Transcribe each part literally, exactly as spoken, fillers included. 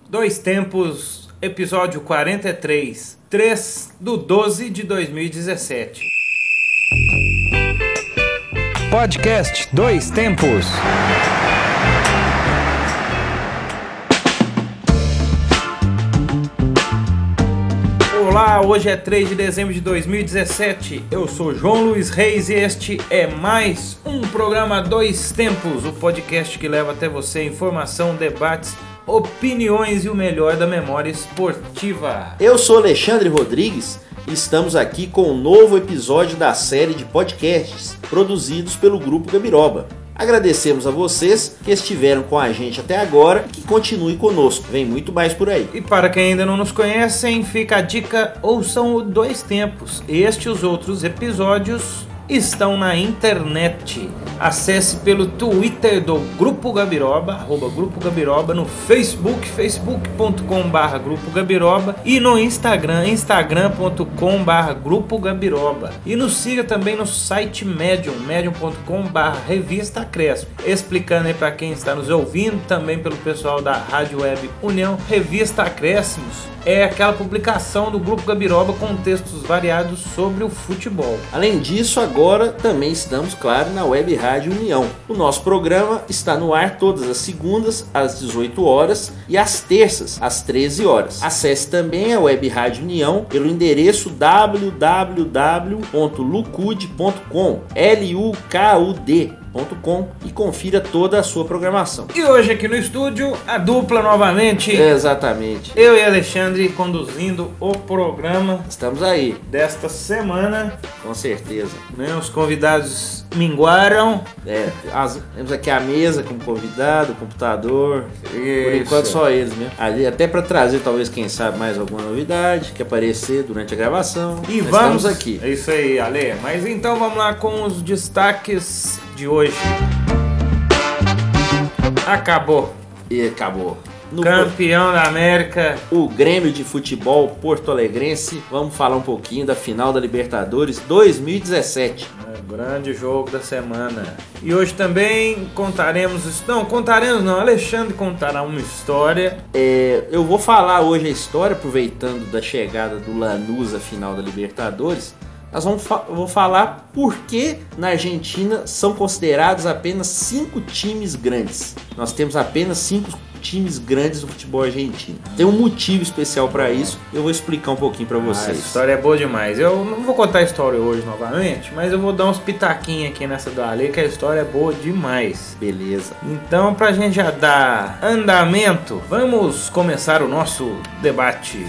Dois Tempos, episódio quarenta e três, três de doze de dois mil e dezessete. Podcast Dois Tempos. Olá, hoje é três de dezembro de dois mil e dezessete, eu sou João Luiz Reis e este é mais um programa Dois Tempos, o podcast que leva até você informação, debates, opiniões e o melhor da memória esportiva. Eu sou Alexandre Rodrigues e estamos aqui com um novo episódio da série de podcasts produzidos pelo Grupo Gabiroba. Agradecemos a vocês que estiveram com a gente até agora e que continuem conosco, vem muito mais por aí. E para quem ainda não nos conhecem, fica a dica, ouçam o Dois Tempos. Este e os outros episódios estão na internet. Acesse pelo Twitter do Grupo Gabiroba, arroba Grupo Gabiroba, no Facebook, facebook ponto com barra Grupo Gabiroba e no Instagram, instagram ponto com barra Grupo Gabiroba. E nos siga também no site Medium, medium ponto com barra Revista Acréscimo. Explicando aí para quem está nos ouvindo, também pelo pessoal da Rádio Web União, Revista Acréscimos é aquela publicação do Grupo Gabiroba com textos variados sobre o futebol. Além disso, agora também estamos, claro, na Web Rádio União. O nosso programa está no ar todas as segundas às dezoito horas e às terças às treze horas. Acesse também a Web Rádio União pelo endereço w w w ponto lucud ponto com, L U K U D ponto com, e confira toda a sua programação. E hoje aqui no estúdio, a dupla novamente. Exatamente. Eu e Alexandre conduzindo o programa. Estamos aí. Desta semana. Com certeza. Né, os convidados minguaram. É, as, temos aqui a mesa como convidado, o computador. Isso. Por enquanto só eles mesmo. Ali, até para trazer talvez, quem sabe, mais alguma novidade que aparecer durante a gravação. E Nós vamos estamos aqui. É isso aí, Ale. Mas então vamos lá com os destaques de hoje. Acabou. E acabou. No Campeão da América, o Grêmio de Futebol Porto-Alegrense. Vamos falar um pouquinho da final da Libertadores dois mil e dezessete. É, grande jogo da semana. E hoje também contaremos... Não, contaremos não. Alexandre contará uma história. É, eu vou falar hoje a história, aproveitando da chegada do Lanús à final da Libertadores. Nós vamos fa- eu vou falar por que na Argentina são considerados apenas cinco times grandes. Nós temos apenas cinco times grandes do futebol argentino. Tem um motivo especial para isso, eu vou explicar um pouquinho para vocês. Ah, a história é boa demais. Eu não vou contar a história hoje novamente, mas eu vou dar uns pitaquinhos aqui nessa do Ale, que a história é boa demais. Beleza. Então, pra gente já dar andamento, vamos começar o nosso debate.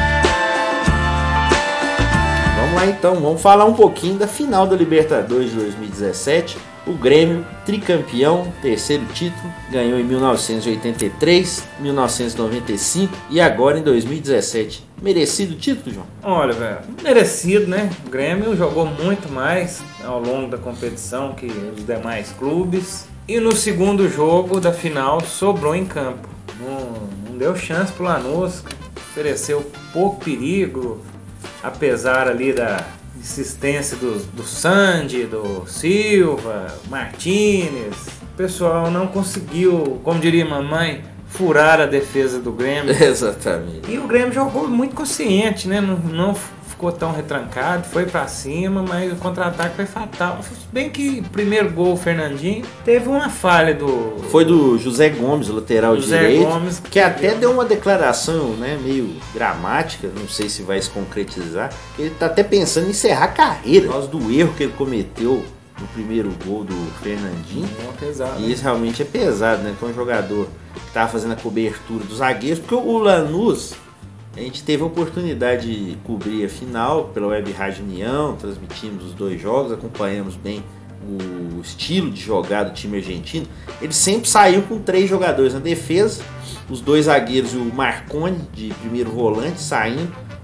Vamos lá então, vamos falar um pouquinho da final da Libertadores de dois mil e dezessete. O Grêmio, tricampeão, terceiro título, ganhou em mil novecentos e oitenta e três, mil novecentos e noventa e cinco e agora em dois mil e dezessete. Merecido o título, João? Olha, velho, merecido, né? O Grêmio jogou muito mais ao longo da competição que os demais clubes. E no segundo jogo da final sobrou em campo. Não, não deu chance pro Lanús, ofereceu pouco perigo, apesar ali da insistência do, do Sandy, do Silva, Martínez. O pessoal não conseguiu, como diria mamãe, furar a defesa do Grêmio. Exatamente. E o Grêmio jogou muito consciente, né? Não, não ficou tão retrancado, foi pra cima, mas o contra-ataque foi fatal. Bem que o primeiro gol, o Fernandinho, teve uma falha do... Foi do José Gomes, o lateral José direito, Gomes, que até deu uma declaração, né, meio dramática, não sei se vai se concretizar, que ele tá até pensando em encerrar a carreira, por causa do erro que ele cometeu no primeiro gol do Fernandinho. É pesado, e né? isso realmente é pesado, né, com um jogador que tava fazendo a cobertura dos zagueiros, porque o Lanús... A gente teve a oportunidade de cobrir a final pela Web Rádio União, transmitimos os dois jogos, acompanhamos bem o estilo de jogar do time argentino. Ele sempre saiu com três jogadores na defesa, os dois zagueiros e o Marconi de primeiro volante saindo,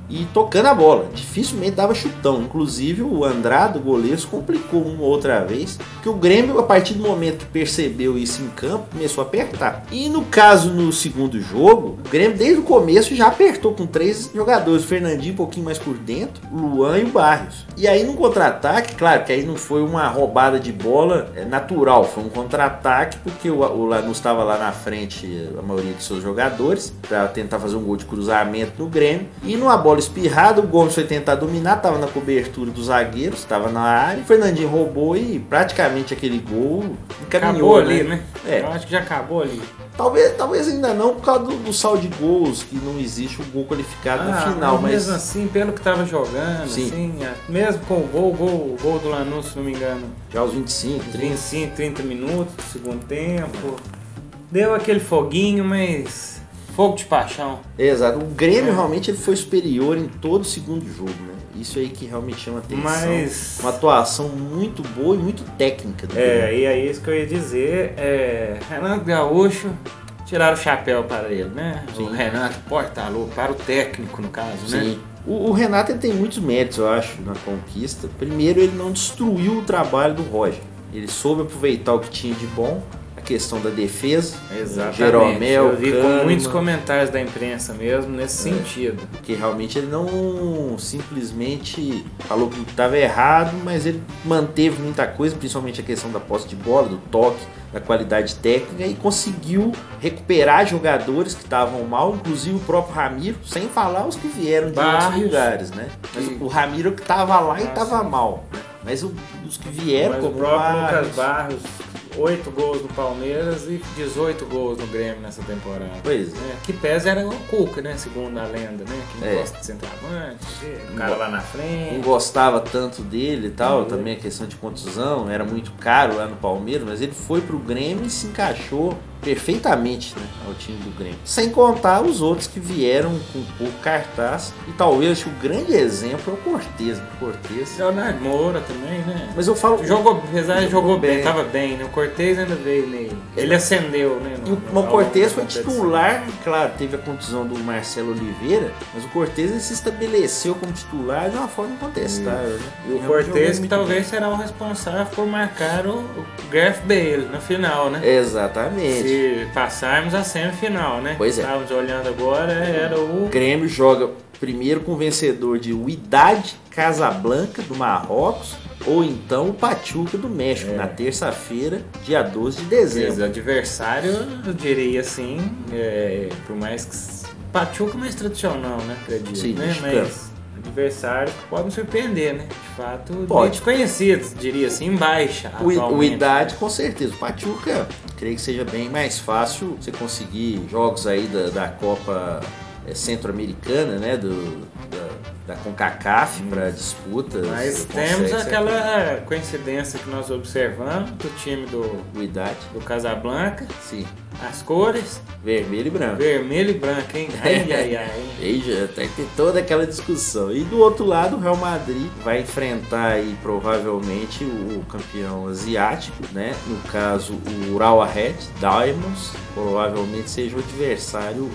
e tocando a bola. Dificilmente dava chutão. Inclusive o Andrade, o goleiro, se complicou uma outra vez. Que o Grêmio, a partir do momento que percebeu isso em campo, começou a apertar. E no caso, no segundo jogo, o Grêmio desde o começo já apertou com três jogadores. O Fernandinho um pouquinho mais por dentro, o Luan e o Barrios. E aí no contra-ataque, claro que aí não foi uma roubada de bola é natural. Foi um contra-ataque porque o, o Lanús estava lá na frente, a maioria dos seus jogadores, para tentar fazer um gol de cruzamento no Grêmio. E numa bola espirrada, o Gomes foi tentar dominar, estava na cobertura dos zagueiros, estava na área. O Fernandinho roubou e praticamente aquele gol encaminhou. Acabou ali, né? É. Eu acho que já acabou ali. Talvez, talvez ainda não por causa do, do saldo de gols, que não existe um gol qualificado ah, no final. Mas mesmo assim, pelo que estava jogando, sim. assim, mesmo com o gol, gol, o gol do Lanús, se não me engano. Já aos vinte e cinco, trinta. vinte e cinco, trinta minutos do segundo tempo. Deu aquele foguinho, mas fogo de paixão. Exato. O Grêmio é. realmente ele foi superior em todo o segundo jogo, né? Isso aí que realmente chama atenção. Mas... uma atuação muito boa e muito técnica do É, Grêmio. e aí isso que eu ia dizer, é, Renato Gaúcho, tiraram o chapéu para ele, né? Sim. O Renato Portaluppi, para o técnico no caso, Sim. né? O, o Renato ele tem muitos méritos, eu acho, na conquista. Primeiro, ele não destruiu o trabalho do Roger. Ele soube aproveitar o que tinha de bom, a questão da defesa. Exatamente. Jeromel, eu vi Kahneman, com muitos comentários da imprensa mesmo nesse é. sentido. Porque realmente ele não simplesmente falou que estava errado, mas ele manteve muita coisa, principalmente a questão da posse de bola, do toque, da qualidade técnica, e conseguiu recuperar jogadores que estavam mal, inclusive o próprio Ramiro, sem falar os que vieram de Barrios, outros lugares, né? Mas e... o Ramiro que estava lá e Nossa. estava mal, mas o, os que vieram, Mas como o próprio Barrios, Lucas Barros, oito gols no Palmeiras e dezoito gols no Grêmio nessa temporada. Pois é. É, que pesa era o Cuca, né? Segundo a lenda, né? Que não É. gosta de centroavante, o cara lá na não frente. gostava tanto dele e tal, Uhum. também a questão de contusão, era muito caro lá no Palmeiras, mas ele foi pro Grêmio e se encaixou perfeitamente, né, ao time do Grêmio. Sem contar os outros que vieram com pouco cartaz, e talvez acho que o grande exemplo é o Cortez, né? Cortez. Leonardo Moura também, né? Mas eu falo... Jogou, apesar de Jogou jogou bem, bem. tava bem, né? O Cortez ainda veio nele. Ele acendeu, né? E no- o, no- o Cortez foi ao longo da competição. titular, claro, teve a contusão do Marcelo Oliveira, mas o Cortez ele se estabeleceu como titular de uma forma incontestável. Né? E o Realmente Cortez jogou que muito talvez será o responsável por marcar o, o Gareth Bale na final, né? bem. Exatamente. Se passarmos a semifinal, né? Pois é. Estávamos olhando agora, era o... O Grêmio joga primeiro com o vencedor de Wydad Casablanca, do Marrocos, ou então o Pachuca do México, É. na terça-feira, dia doze de Esse dezembro. adversário, eu diria assim, é, por mais que... Pachuca mais tradicional, né? Acredito, Sim, né? mexicano. Mas adversários que podem surpreender, né? De fato, Pode. bem desconhecidos, diria assim, em baixa O, o atualmente. Wydad, com certeza. O Pachuca, creio que seja bem mais fácil você conseguir jogos aí da, da Copa é, Centro-Americana, né? Do, da, da CONCACAF para disputas. Mas Você temos consegue, aquela coincidência que nós observamos do time do, O Wydad, do Casablanca, sim. as cores, Vermelho e branco. vermelho e branco, hein? Ai, ai, ai. E já tem que ter toda aquela discussão. E do outro lado, o Real Madrid vai enfrentar aí provavelmente o campeão asiático, né? No caso, o Urawa Red Diamonds, provavelmente seja o adversário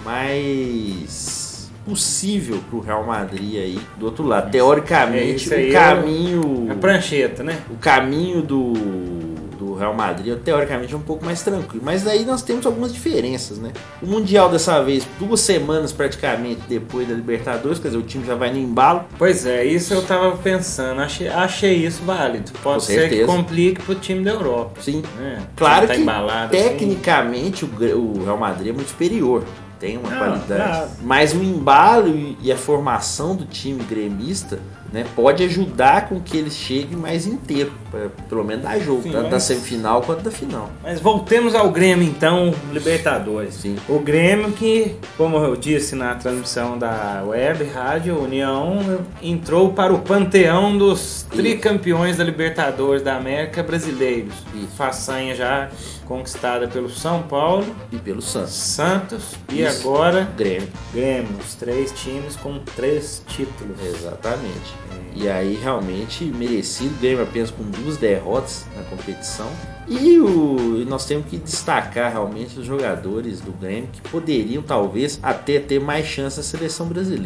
mais possível pro Real Madrid aí do outro lado. É, Teoricamente, isso aí o é caminho A prancheta, né? o caminho do, do Real Madrid, teoricamente, é um pouco mais tranquilo. Mas aí nós temos algumas diferenças, né? O Mundial dessa vez, duas semanas praticamente depois da Libertadores, quer dizer, o time já vai no embalo. Pois é, isso eu tava pensando, achei, achei isso válido. Pode Com ser certeza. que complique pro time da Europa. Sim. Né? Claro tá que, embalado, assim. tecnicamente, o, Gr- o Real Madrid é muito superior. Tem uma Não, qualidade. claro. Mas o embalo e, e a formação do time gremista, né, pode ajudar com que ele chegue mais inteiro, pra, pelo menos dar jogo, Sim, tanto da mas- semifinal quanto da final. Mas voltemos ao Grêmio então, Libertadores. Sim. O Grêmio que, como eu disse na transmissão da Web Rádio União, entrou para o panteão dos tricampeões da Libertadores da América brasileiros. Isso. Façanha já conquistada pelo São Paulo, E pelo Santos. Santos e Isso. agora Grêmio. Grêmio. Os três times com três títulos. Exatamente. E aí realmente merecido, Grêmio apenas com duas derrotas na competição. E, o, e nós temos que destacar realmente os jogadores do Grêmio que poderiam talvez até ter mais chance na seleção brasileira.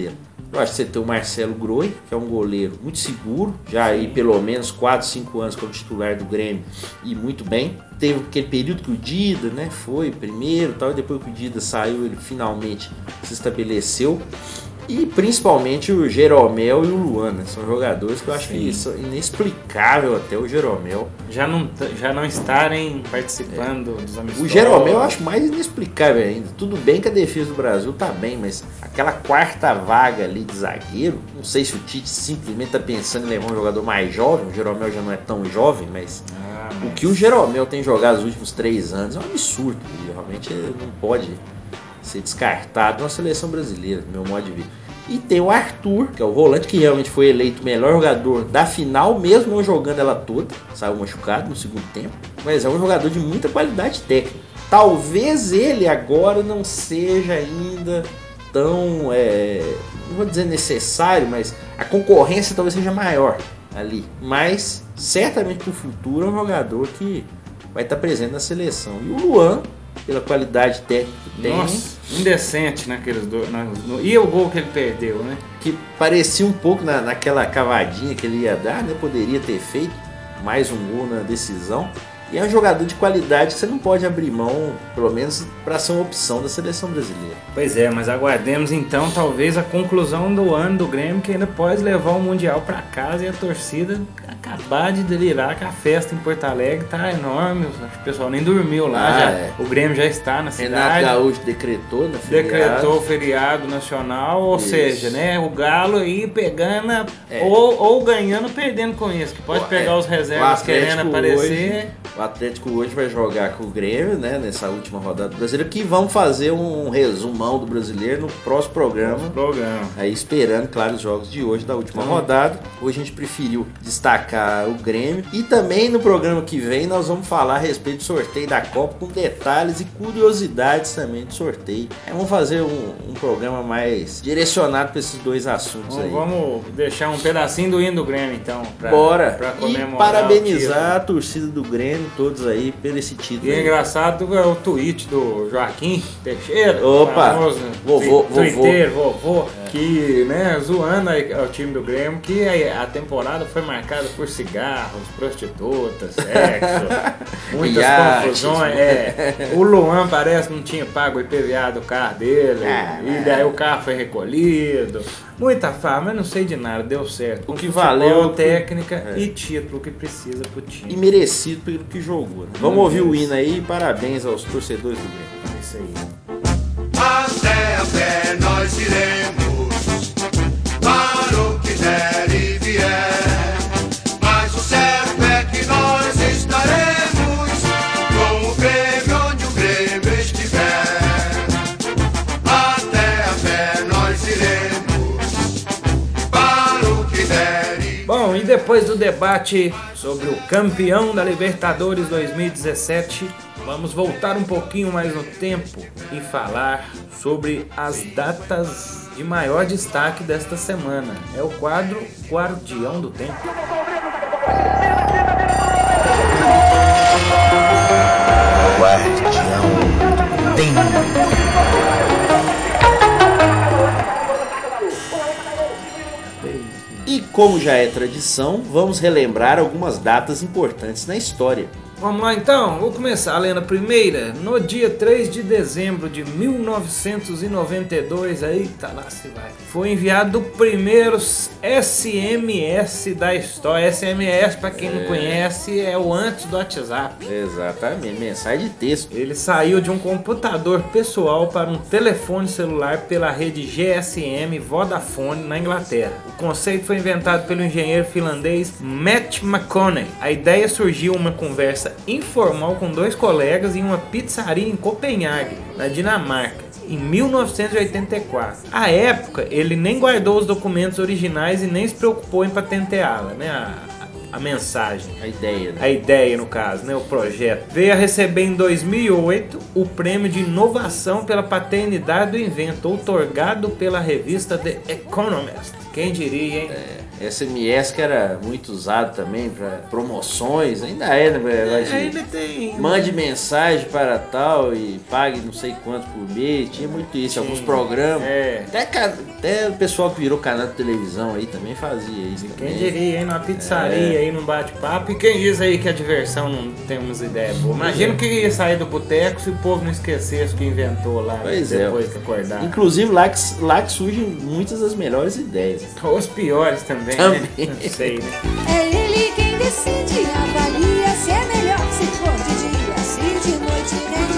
Eu acho que você tem o Marcelo Groi, que é um goleiro muito seguro, já aí pelo menos quatro, cinco anos como titular do Grêmio e muito bem. Teve aquele período que o Dida, né, foi primeiro, tal, e depois que o Dida saiu, ele finalmente se estabeleceu. E principalmente o Jeromel e o Luan, né? São jogadores que eu acho Sim. que são inexplicável até o Jeromel. Já não, já não estarem participando é. dos amistosos. O Jeromel eu acho mais inexplicável ainda. Tudo bem que a defesa do Brasil tá bem, mas aquela quarta vaga ali de zagueiro, não sei se o Tite simplesmente tá pensando em levar um jogador mais jovem. O Jeromel já não é tão jovem, mas, ah, mas... o que o Jeromel tem jogado nos últimos três anos é um absurdo. E realmente não pode ser descartado na seleção brasileira, do meu modo de ver. E tem o Arthur, que é o volante que realmente foi eleito o melhor jogador da final, mesmo não jogando ela toda, saiu machucado no segundo tempo, mas é um jogador de muita qualidade técnica. Talvez ele agora não seja ainda tão, é, não vou dizer necessário, mas a concorrência talvez seja maior ali, mas certamente para o futuro é um jogador que vai estar presente na seleção. E o Luan, pela qualidade técnica que tem. Nossa, indecente naqueles dois. Na, no, e o gol que ele perdeu, né? Que parecia um pouco na, naquela cavadinha que ele ia dar, né? Poderia ter feito mais um gol na decisão. E é um jogador de qualidade que você não pode abrir mão, pelo menos para ser uma opção da seleção brasileira. Pois é, mas aguardemos então talvez a conclusão do ano do Grêmio, que ainda pode levar o Mundial para casa e a torcida acabar de delirar que a festa em Porto Alegre tá enorme. Acho que o pessoal nem dormiu lá, ah, já, é. O Grêmio já está na cidade. Renato Gaúcho decretou, né, feriado. Decretou o feriado nacional, ou isso. seja, né, o Galo aí pegando a, é. ou, ou ganhando ou perdendo com isso, que pode o, pegar é. os reservas querendo aparecer. Hoje... O Atlético hoje vai jogar com o Grêmio, né, nessa última rodada do Brasileiro, que vamos fazer um resumão do Brasileiro no próximo programa. Próximo programa. Aí esperando, claro, os jogos de hoje, da última hum. rodada. Hoje a gente preferiu destacar o Grêmio. E também no programa que vem nós vamos falar a respeito do sorteio da Copa, com detalhes e curiosidades também do sorteio. Aí vamos fazer um, um programa mais direcionado para esses dois assuntos Bom, aí. Vamos deixar um pedacinho do hino do Grêmio, então. Pra, Bora! Pra comemorar e parabenizar a torcida do Grêmio, todos aí, pelo esse título. E é engraçado é o tweet do Joaquim Teixeira, Opa, famoso vovô, Twitter, vovô, vovô é. que, né, zoando o time do Grêmio, que a, a temporada foi marcada por cigarros, prostitutas, sexo, muitas confusões. É, o Luan parece que não tinha pago o I P V A do carro dele, ah, e daí o carro foi recolhido. Muita fama, mas não sei de nada, deu certo. O que valeu, técnica é. e título que precisa pro time. E merecido pelo que jogou. Né? Vamos ouvir o hino aí e parabéns aos torcedores do Grêmio. É isso aí. Até a pé nós iremos, para o que der e vier, mas o certo é que nós estaremos com o Grêmio onde o Grêmio estiver. Até a pé nós iremos, para o que der e... Bom, e depois do debate sobre o campeão da Libertadores dois mil e dezessete, vamos voltar um pouquinho mais no tempo e falar sobre as datas de maior destaque desta semana. É o quadro Guardião do Tempo. Guardião do Tempo. E como já é tradição, vamos relembrar algumas datas importantes na história. Vamos lá então, vou começar lendo a primeira. No dia três de dezembro de mil novecentos e noventa e dois, aí tá lá se vai, foi enviado o primeiro S M S da história. S M S, pra quem é. não conhece, é o antes do WhatsApp. Exatamente, mensagem de texto. Ele saiu de um computador pessoal para um telefone celular pela rede G S M Vodafone na Inglaterra. O conceito foi inventado pelo engenheiro finlandês Matt McConaughey. A ideia surgiu uma conversa informal com dois colegas em uma pizzaria em Copenhague, na Dinamarca, em mil novecentos e oitenta e quatro. À época, ele nem guardou os documentos originais e nem se preocupou em patenteá-la, né? A, a, a mensagem. A ideia, né? A ideia, no caso, né? O projeto. Veio a receber em dois mil e oito o prêmio de inovação pela paternidade do invento, outorgado pela revista The Economist, Quem diria, hein? É, S M S que era muito usado também para promoções, ainda é, né? É, ainda tem. Mande mensagem para tal e pague não sei quanto por mês, tinha muito isso, Tinha. alguns programas. É. Até, ca- até o pessoal que virou canal de televisão aí também fazia isso. Quem também. diria, hein? Numa pizzaria aí, num bate-papo. E quem diz aí que a diversão não tem umas ideias boas? Imagina o que ia sair do boteco se o povo não esquecesse o que inventou lá Pois é. depois que acordar. Inclusive lá que, lá que surgem muitas das melhores ideias. Os piores também, Também. né? Não sei, né? É ele quem decide, avalia se é melhor se for de dia, se de noite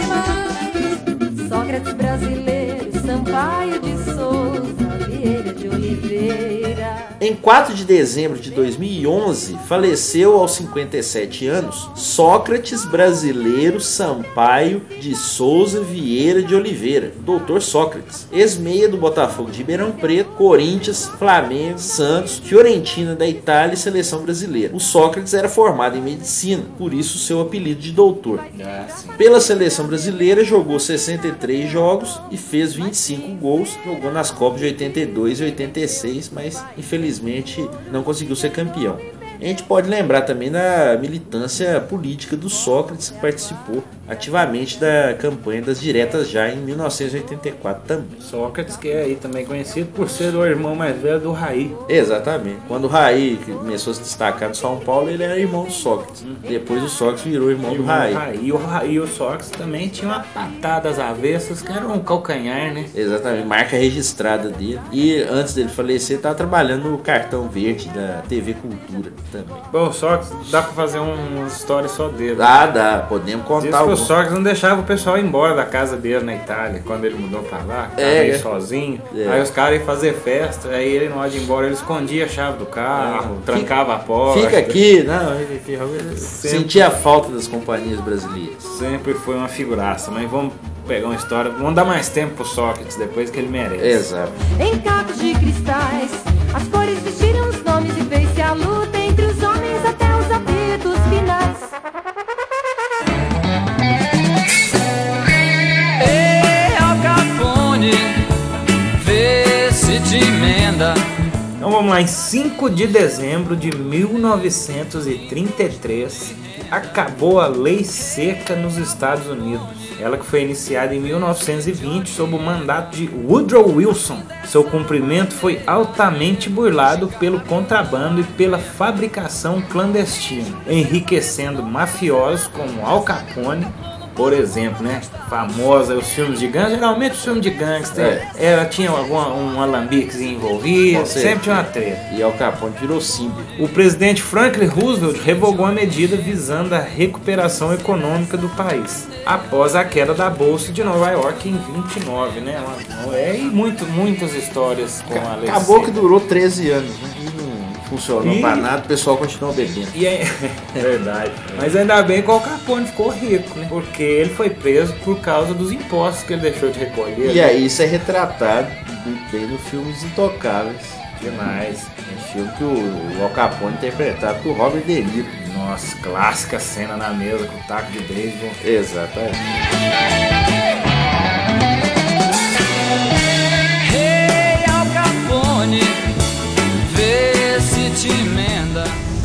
rende mais. Sócrates brasileiro, Sampaio de Souza, Vieira de Oliveira. Em quatro de dezembro de dois mil e onze, faleceu aos cinquenta e sete anos Sócrates brasileiro Sampaio de Souza Vieira de Oliveira, doutor Sócrates, ex-meia do Botafogo de Ribeirão Preto, Corinthians, Flamengo, Santos, Fiorentina da Itália e Seleção Brasileira. O Sócrates era formado em medicina, por isso seu apelido de doutor. Ah, sim. Pela Seleção Brasileira jogou sessenta e três jogos e fez vinte e cinco gols, jogou nas Copas de oitenta e dois e oitenta e seis, mas infelizmente não conseguiu ser campeão. A gente pode lembrar também da militância política do Sócrates, que participou ativamente da campanha das diretas já em mil novecentos e oitenta e quatro também. Sócrates, que é aí também conhecido por ser o irmão mais velho do Raí. Exatamente. Quando o Raí começou a se destacar no São Paulo, ele era irmão do Sócrates. Depois o Sócrates virou irmão do Raí. E o Raí e o Sócrates também tinha uma patada às avessas, que era um calcanhar, né? Exatamente, marca registrada dele. E antes dele falecer, estava trabalhando no cartão verde da T V Cultura também. Bom, o Sócrates, dá pra fazer um- uma história só dele. Ah, dá, podemos Diz contar que o algum. Sócrates não deixava o pessoal ir embora da casa dele na Itália, quando ele mudou pra lá, que É. tava aí sozinho. É. Aí os caras iam fazer festa, aí ele na hora de ir embora, ele escondia a chave do carro, É. trancava a porta. Fica aqui, não, ele- ele- ele- sentia a falta das companhias brasileiras. Sempre foi uma figuraça, mas vamos pegar uma história, vamos dar mais tempo pro Sócrates depois que ele merece. Exato. Em cacos de cristais, as cores vestiram os nomes e fez-se a luta entre os homens até os apitos finais. Ei, Al Capone, vê se te emenda. Então vamos lá, em cinco de dezembro de mil novecentos e trinta e três, acabou a Lei Seca nos Estados Unidos. Ela que foi iniciada em mil novecentos e vinte sob o mandato de Woodrow Wilson. Seu cumprimento foi altamente burlado pelo contrabando e pela fabricação clandestina, enriquecendo mafiosos como Al Capone, por exemplo, né? Famosa os filmes de gangster, geralmente os filmes de gangster, É. ela tinha alguma, um alambiquezinho envolvido, Com certeza. sempre tinha uma treta. E Al Capone virou símbolo. O presidente Franklin Roosevelt revogou a medida visando a recuperação econômica do país, após a queda da Bolsa de Nova York em vinte e nove, né? Uma- É, e muito, muitas histórias com a lei Acabou que seca. durou treze anos, né? E não funcionou E- pra nada, o pessoal continuou bebendo. E é verdade. Mas ainda bem que o Al Capone ficou rico, né? Porque ele foi preso por causa dos impostos que ele deixou de recolher. E aí isso é retratado muito bem no filme Os Intocáveis. Demais. Um filme que o Al Capone interpretado por Robert De Niro. Nossa, clássica cena na mesa com o taco de beisebol. Exatamente. Ei, Al Capone, vê se te emenda.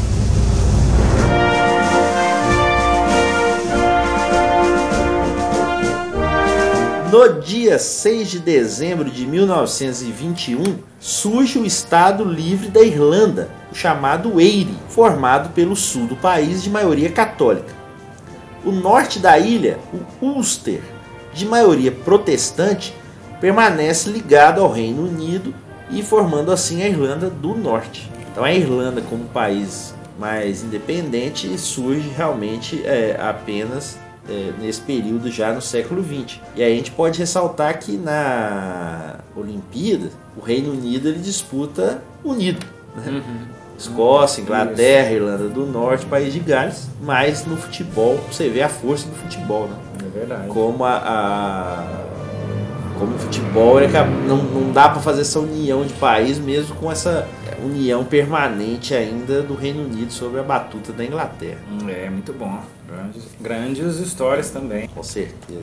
No dia seis de dezembro de mil novecentos e vinte e um, surge o Estado Livre da Irlanda, o chamado Eire, formado pelo sul do país de maioria católica. O norte da ilha, o Ulster, de maioria protestante, permanece ligado ao Reino Unido e formando assim a Irlanda do Norte. Então a Irlanda como país mais independente surge realmente é, apenas é, nesse período já no século vinte. E aí a gente pode ressaltar que na Olimpíada o Reino Unido ele disputa unido, né? Escócia, Inglaterra, Irlanda do Norte, País de Gales, mas no futebol você vê a força do futebol, né? É verdade. Como a, a- como o futebol ele acaba- não, não dá para fazer essa união de país mesmo com essa união permanente ainda do Reino Unido sobre a batuta da Inglaterra, Hum, É, muito bom. Grandes, grandes histórias também. com certeza.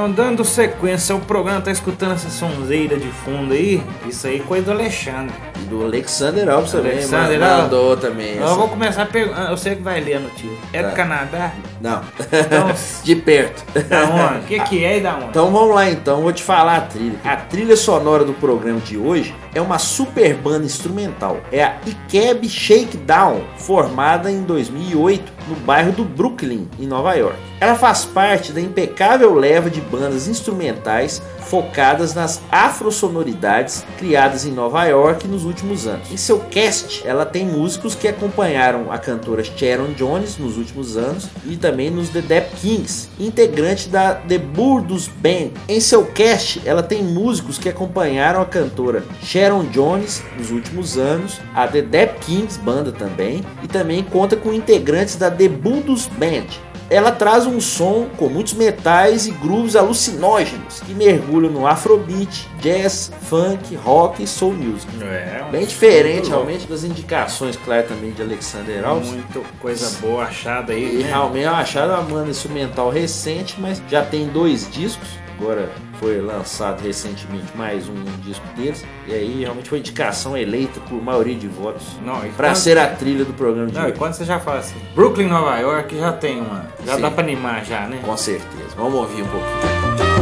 Então, dando sequência ao programa, tá escutando essa sonzeira de fundo aí? Isso aí, coisa do Alexandre. E do Alexander Alves também, Alexander mano, Alves. mandou também. Eu essa. vou começar a perguntar. Eu sei que vai ler a notícia. É Tá. do Canadá? Não, Então, de perto. da onde? O que, que é e da onde? Então vamos lá então, vou te falar a trilha. A trilha sonora do programa de hoje é uma super banda instrumental. É a Ikeb Shakedown, formada em dois mil e oito no bairro do Brooklyn, em Nova York. Ela faz parte da impecável leva de bandas instrumentais focadas nas afrosonoridades criadas em Nova York nos últimos anos. Em seu cast, ela tem músicos que acompanharam a cantora Sharon Jones nos últimos anos e também nos The Dap Kings, integrante da The Burdus Band. Em seu cast, ela tem músicos que acompanharam a cantora Sharon Jones nos últimos anos, a The Dap Kings banda também, e também conta com integrantes da The Burdus Band. Ela traz um som com muitos metais e grooves alucinógenos que mergulham no afrobeat, jazz, funk, rock e soul music. É, um Bem diferente muito realmente das indicações, claro, também de Alexander Alves. Muito coisa boa achada aí, E né? realmente acharam uma banda instrumental recente, mas já tem dois discos. Agora foi lançado recentemente mais um disco deles. E aí realmente foi indicação eleita por maioria de votos Não, e para quando- ser a trilha do programa de Não, e hoje. quando você já fala assim, Brooklyn, Nova York, já tem uma. Já Sim. dá pra animar já, né? Com certeza. Vamos ouvir um pouquinho.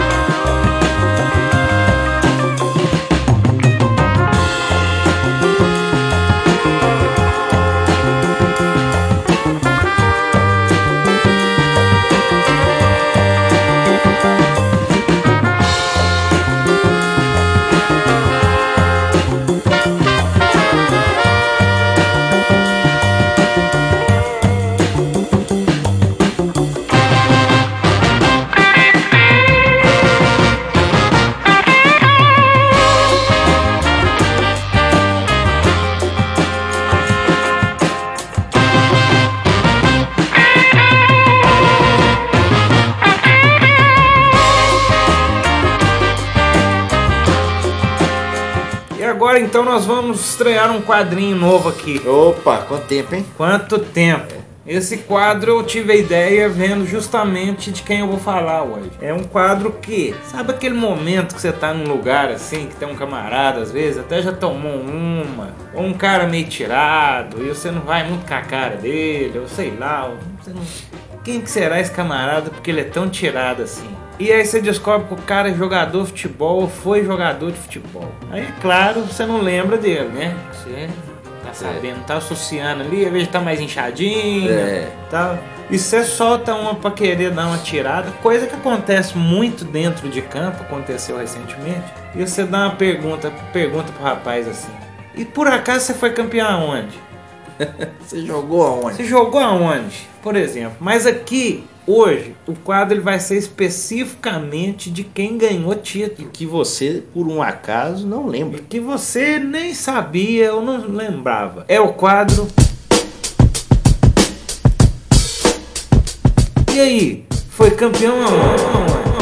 E agora então nós vamos estrear um quadrinho novo aqui. Opa, quanto tempo, hein? Quanto tempo? Esse quadro eu tive a ideia vendo justamente de quem eu vou falar hoje. É um quadro que, sabe aquele momento que você tá num lugar assim, que tem um camarada às vezes, até já tomou uma, ou um cara meio tirado, e você não vai muito com a cara dele, ou sei lá, ou você não... Quem que será esse camarada porque ele é tão tirado assim? E aí você descobre que o cara é jogador de futebol ou foi jogador de futebol. Aí é claro, você não lembra dele, né? Você tá sabendo, tá associando ali, às vezes tá mais inchadinho, É. tá? E você solta uma pra querer dar uma tirada, coisa que acontece muito dentro de campo, aconteceu recentemente. E você dá uma pergunta, pergunta pro rapaz assim: e por acaso você foi campeão aonde? Você jogou aonde? Você jogou aonde, por exemplo? Mas aqui, hoje, o quadro ele vai ser especificamente de quem ganhou título. Que você, por um acaso, não lembra. Que você nem sabia ou não lembrava. É o quadro... E aí? Foi campeão aonde? Aonde? Aonde?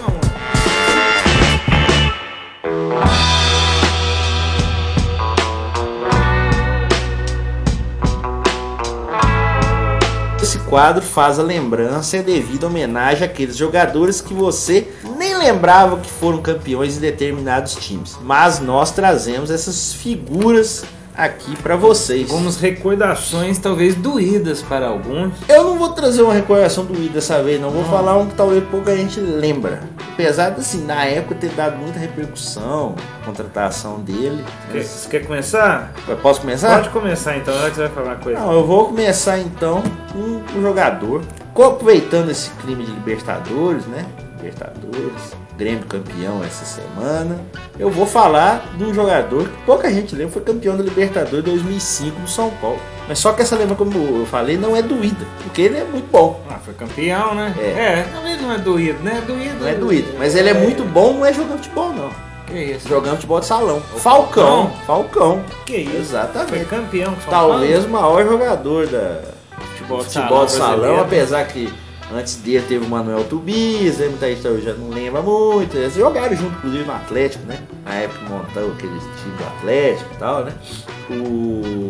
Esse quadro faz a lembrança e a devida homenagem àqueles jogadores que você nem lembrava que foram campeões em determinados times. Mas nós trazemos essas figuras aqui pra vocês. Algumas recordações talvez doídas para alguns. Eu não vou trazer uma recordação do I dessa vez, não. Vou falar um que talvez pouca gente lembra. Apesar de, assim, na época ter dado muita repercussão, a contratação dele. Quer, você quer começar? Eu posso começar? Pode começar então, na hora que você vai falar coisa. Não, eu vou começar então com um jogador. Aproveitando esse crime de Libertadores, né? Libertadores, Grêmio campeão essa semana. Eu vou falar de um jogador que pouca gente lembra, foi campeão da Libertadores dois mil e cinco no São Paulo. Mas só que essa lembra, como eu falei, não é doída, porque ele é muito bom. Ah, foi campeão, né? É. É, não, ele não é doído, né? Doído. Não é doído, mas ele é muito bom, não é jogando futebol não. Que isso? Jogando futebol de salão. Falcão, Falcão. Que isso? Exatamente. Foi campeão com São Talvez Paulo? o maior jogador da Futebol de futebol de salão, brasileiro. apesar que antes dele teve o Manuel Tubiz, né? Muita gente já não lembra muito. Eles jogaram junto, inclusive, no Atlético, né? Na época montou aquele time do Atlético e tal, né? O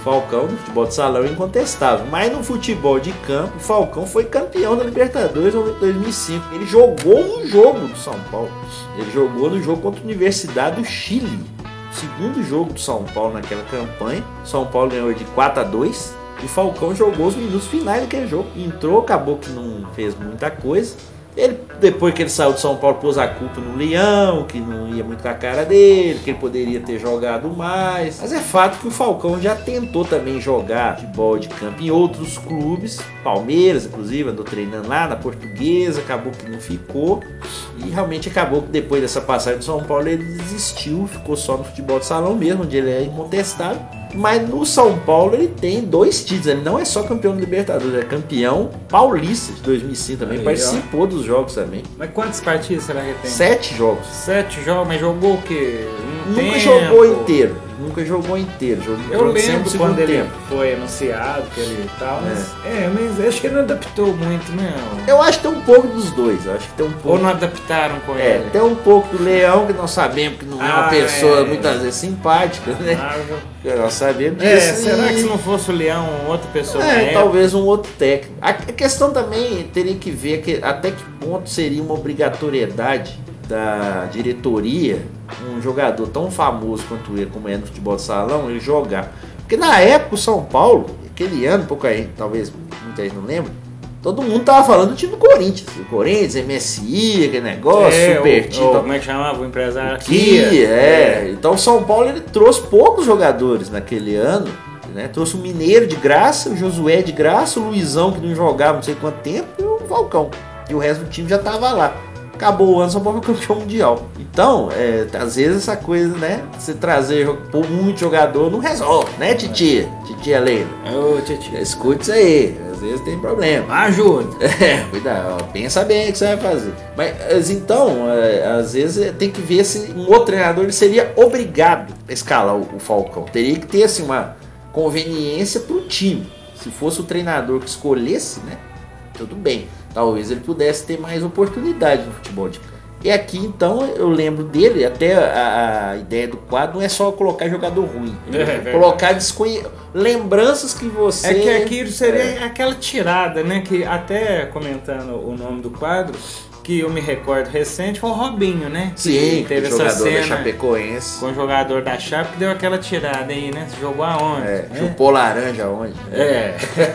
Falcão no futebol de salão é incontestável, mas no futebol de campo, o Falcão foi campeão da Libertadores em dois mil e cinco. Ele jogou no jogo do São Paulo. Ele jogou no jogo contra a Universidade do Chile. O segundo jogo do São Paulo naquela campanha. São Paulo ganhou de quatro a dois. E o Falcão jogou os minutos finais daquele jogo. Entrou, acabou que não fez muita coisa. Ele, depois que ele saiu de São Paulo, pôs a culpa no Leão, que não ia muito com a cara dele, que ele poderia ter jogado mais. Mas é fato que o Falcão já tentou também jogar futebol de campo em outros clubes. Palmeiras, inclusive, andou treinando lá na Portuguesa, acabou que não ficou. E realmente acabou que depois dessa passagem do São Paulo ele desistiu, ficou só no futebol de salão mesmo, onde ele é incontestável. Mas no São Paulo ele tem dois títulos, ele não é só campeão do Libertadores, ele é campeão paulista de dois mil e cinco também, aí, participou ó. dos jogos também. Mas quantas partidas será que tem? Sete jogos. Sete jogos, mas jogou o quê? Um Nunca tempo. jogou inteiro, nunca jogou inteiro. Jogou Eu lembro quando ele tempo. foi anunciado que ele e tal, mas, é. é, mas acho que ele não adaptou muito, não. Eu acho que tem um pouco dos dois, eu acho que tem um pouco. Ou não adaptaram com é, ele? Tem um pouco do Leão, que nós sabemos que não é uma ah, pessoa é. muitas vezes simpática, né? Ah, nós sabemos é, disso. será e... que se não fosse o Leão, outra pessoa? É, talvez um outro técnico. A questão também teria que ver que, até que ponto seria uma obrigatoriedade da diretoria um jogador tão famoso quanto ele, como é no futebol de salão, ele jogar. Porque na época o São Paulo, aquele ano, pouco aí, talvez muita gente não lembra, todo mundo tava falando do time do Corinthians. O Corinthians, M S I, aquele negócio, é, super time. Como é que chamava o empresário aqui? Que, é. Então o São Paulo ele trouxe poucos jogadores naquele ano. Né? Trouxe o Mineiro de graça, o Josué de graça, o Luizão que não jogava não sei quanto tempo e o Falcão. E o resto do time já tava lá. Acabou o ano, São Paulo foi campeão mundial. Então, é, às vezes essa coisa, né? Você trazer por muito jogador não resolve, né, titia? Titia Leila. Ô, titia. Escute isso aí. Às vezes tem problema. Ajuda. É, cuidado. Pensa bem o que você vai fazer. Mas então, é, às vezes tem que ver se um outro treinador ele seria obrigado a escalar o, o Falcão. Teria que ter assim uma conveniência para o time. Se fosse o treinador que escolhesse, né? Tudo bem. Talvez ele pudesse ter mais oportunidade no futebol de campo. E aqui, então, eu lembro dele, até a, a ideia do quadro não é só colocar jogador ruim. É, é colocar desconhe... lembranças que você... É que aquilo seria é. aquela tirada, né? Que até comentando o nome do quadro, que eu me recordo recente, foi o Robinho, né? Sim, que teve o jogador essa cena da Chapecoense. Com o jogador da Chape que deu aquela tirada aí, né? Você jogou aonde? É, né? chupou laranja aonde? É.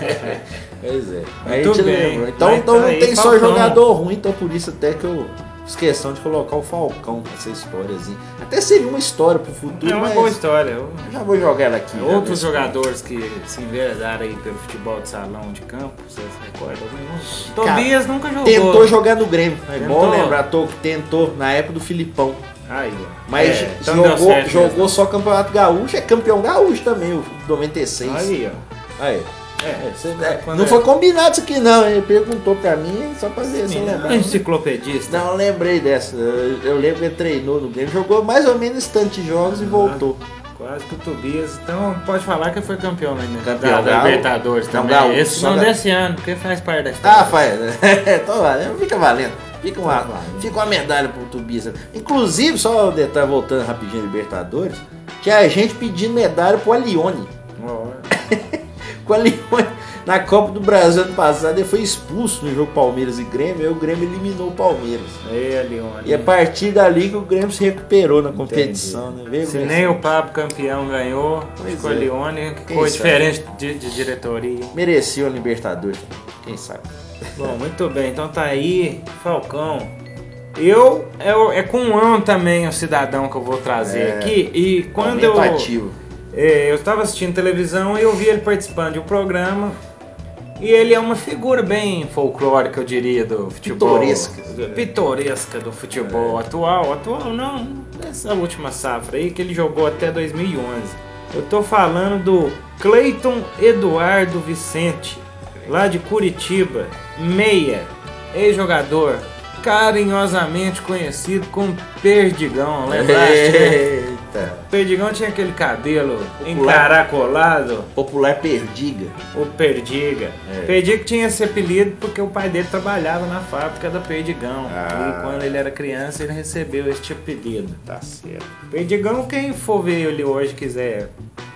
Pois é. Aí Muito bem. Então, então não aí, tem Falcão. só jogador ruim, então por isso até que eu fiz questão de colocar o Falcão nessa históriazinha. Até seria uma história pro futuro, É uma mas boa história. Eu... já vou jogar ela aqui. Outros jogadores que se enveredaram aí pelo futebol de salão de campo, vocês recordam? Tobias nunca jogou. Tentou jogar no Grêmio. É Tentou. bom lembrar, tô, tentou na época do Filipão. Aí, mas é, então jogou, jogou só Campeonato Gaúcho, é campeão gaúcho também, o noventa e seis. Aí, ó. Aí. É, você, é, não é... foi combinado isso aqui não, ele perguntou pra mim só pra ver se eu lembrar. Enciclopedista. Não, eu lembrei dessa, eu, eu lembro que ele treinou no Grêmio, jogou mais ou menos tantos jogos ah, e voltou. Quase que o Tobias, então pode falar que foi campeão né? Campeão da, da Libertadores não, também. Galo, Esse não da... desse ano, porque faz parte da história. Ah, faz, então valendo, fica valendo. Fica uma, fica uma medalha pro Tobias. Inclusive, só um detalhe, voltando rapidinho a Libertadores, tinha a gente pedindo medalha pro Alione. Oh. Com a Alione, na Copa do Brasil ano passado, ele foi expulso no jogo Palmeiras e Grêmio, e o Grêmio eliminou o Palmeiras. Aí, Alione. E a partir dali que o Grêmio se recuperou na competição. Né? Veio se nem o Pablo campeão ganhou, com a Alione, que foi diferente de, de diretoria. Merecia o Libertadores, quem sabe. Bom, muito bem, então tá aí, Falcão. Eu, é, é com um também o cidadão que eu vou trazer é, aqui. E quando eu, é, eu estava assistindo televisão e eu vi ele participando de um programa. E ele é uma figura bem folclórica, eu diria, do futebol. Pitoresca. Pitoresca do futebol é. atual. Atual não, essa última safra aí que ele jogou até dois mil e onze. Eu tô falando do Cleiton Eduardo Vicente, lá de Curitiba, meia, ex-jogador, carinhosamente conhecido como Perdigão, lembraste? Eita! Perdigão tinha aquele cabelo popular, encaracolado. Popular Perdiga. O Perdiga. É. Perdiga tinha esse apelido porque o pai dele trabalhava na fábrica da Perdigão. Ah. E quando ele era criança ele recebeu este apelido. Tá certo. Perdigão, quem for ver ele hoje quiser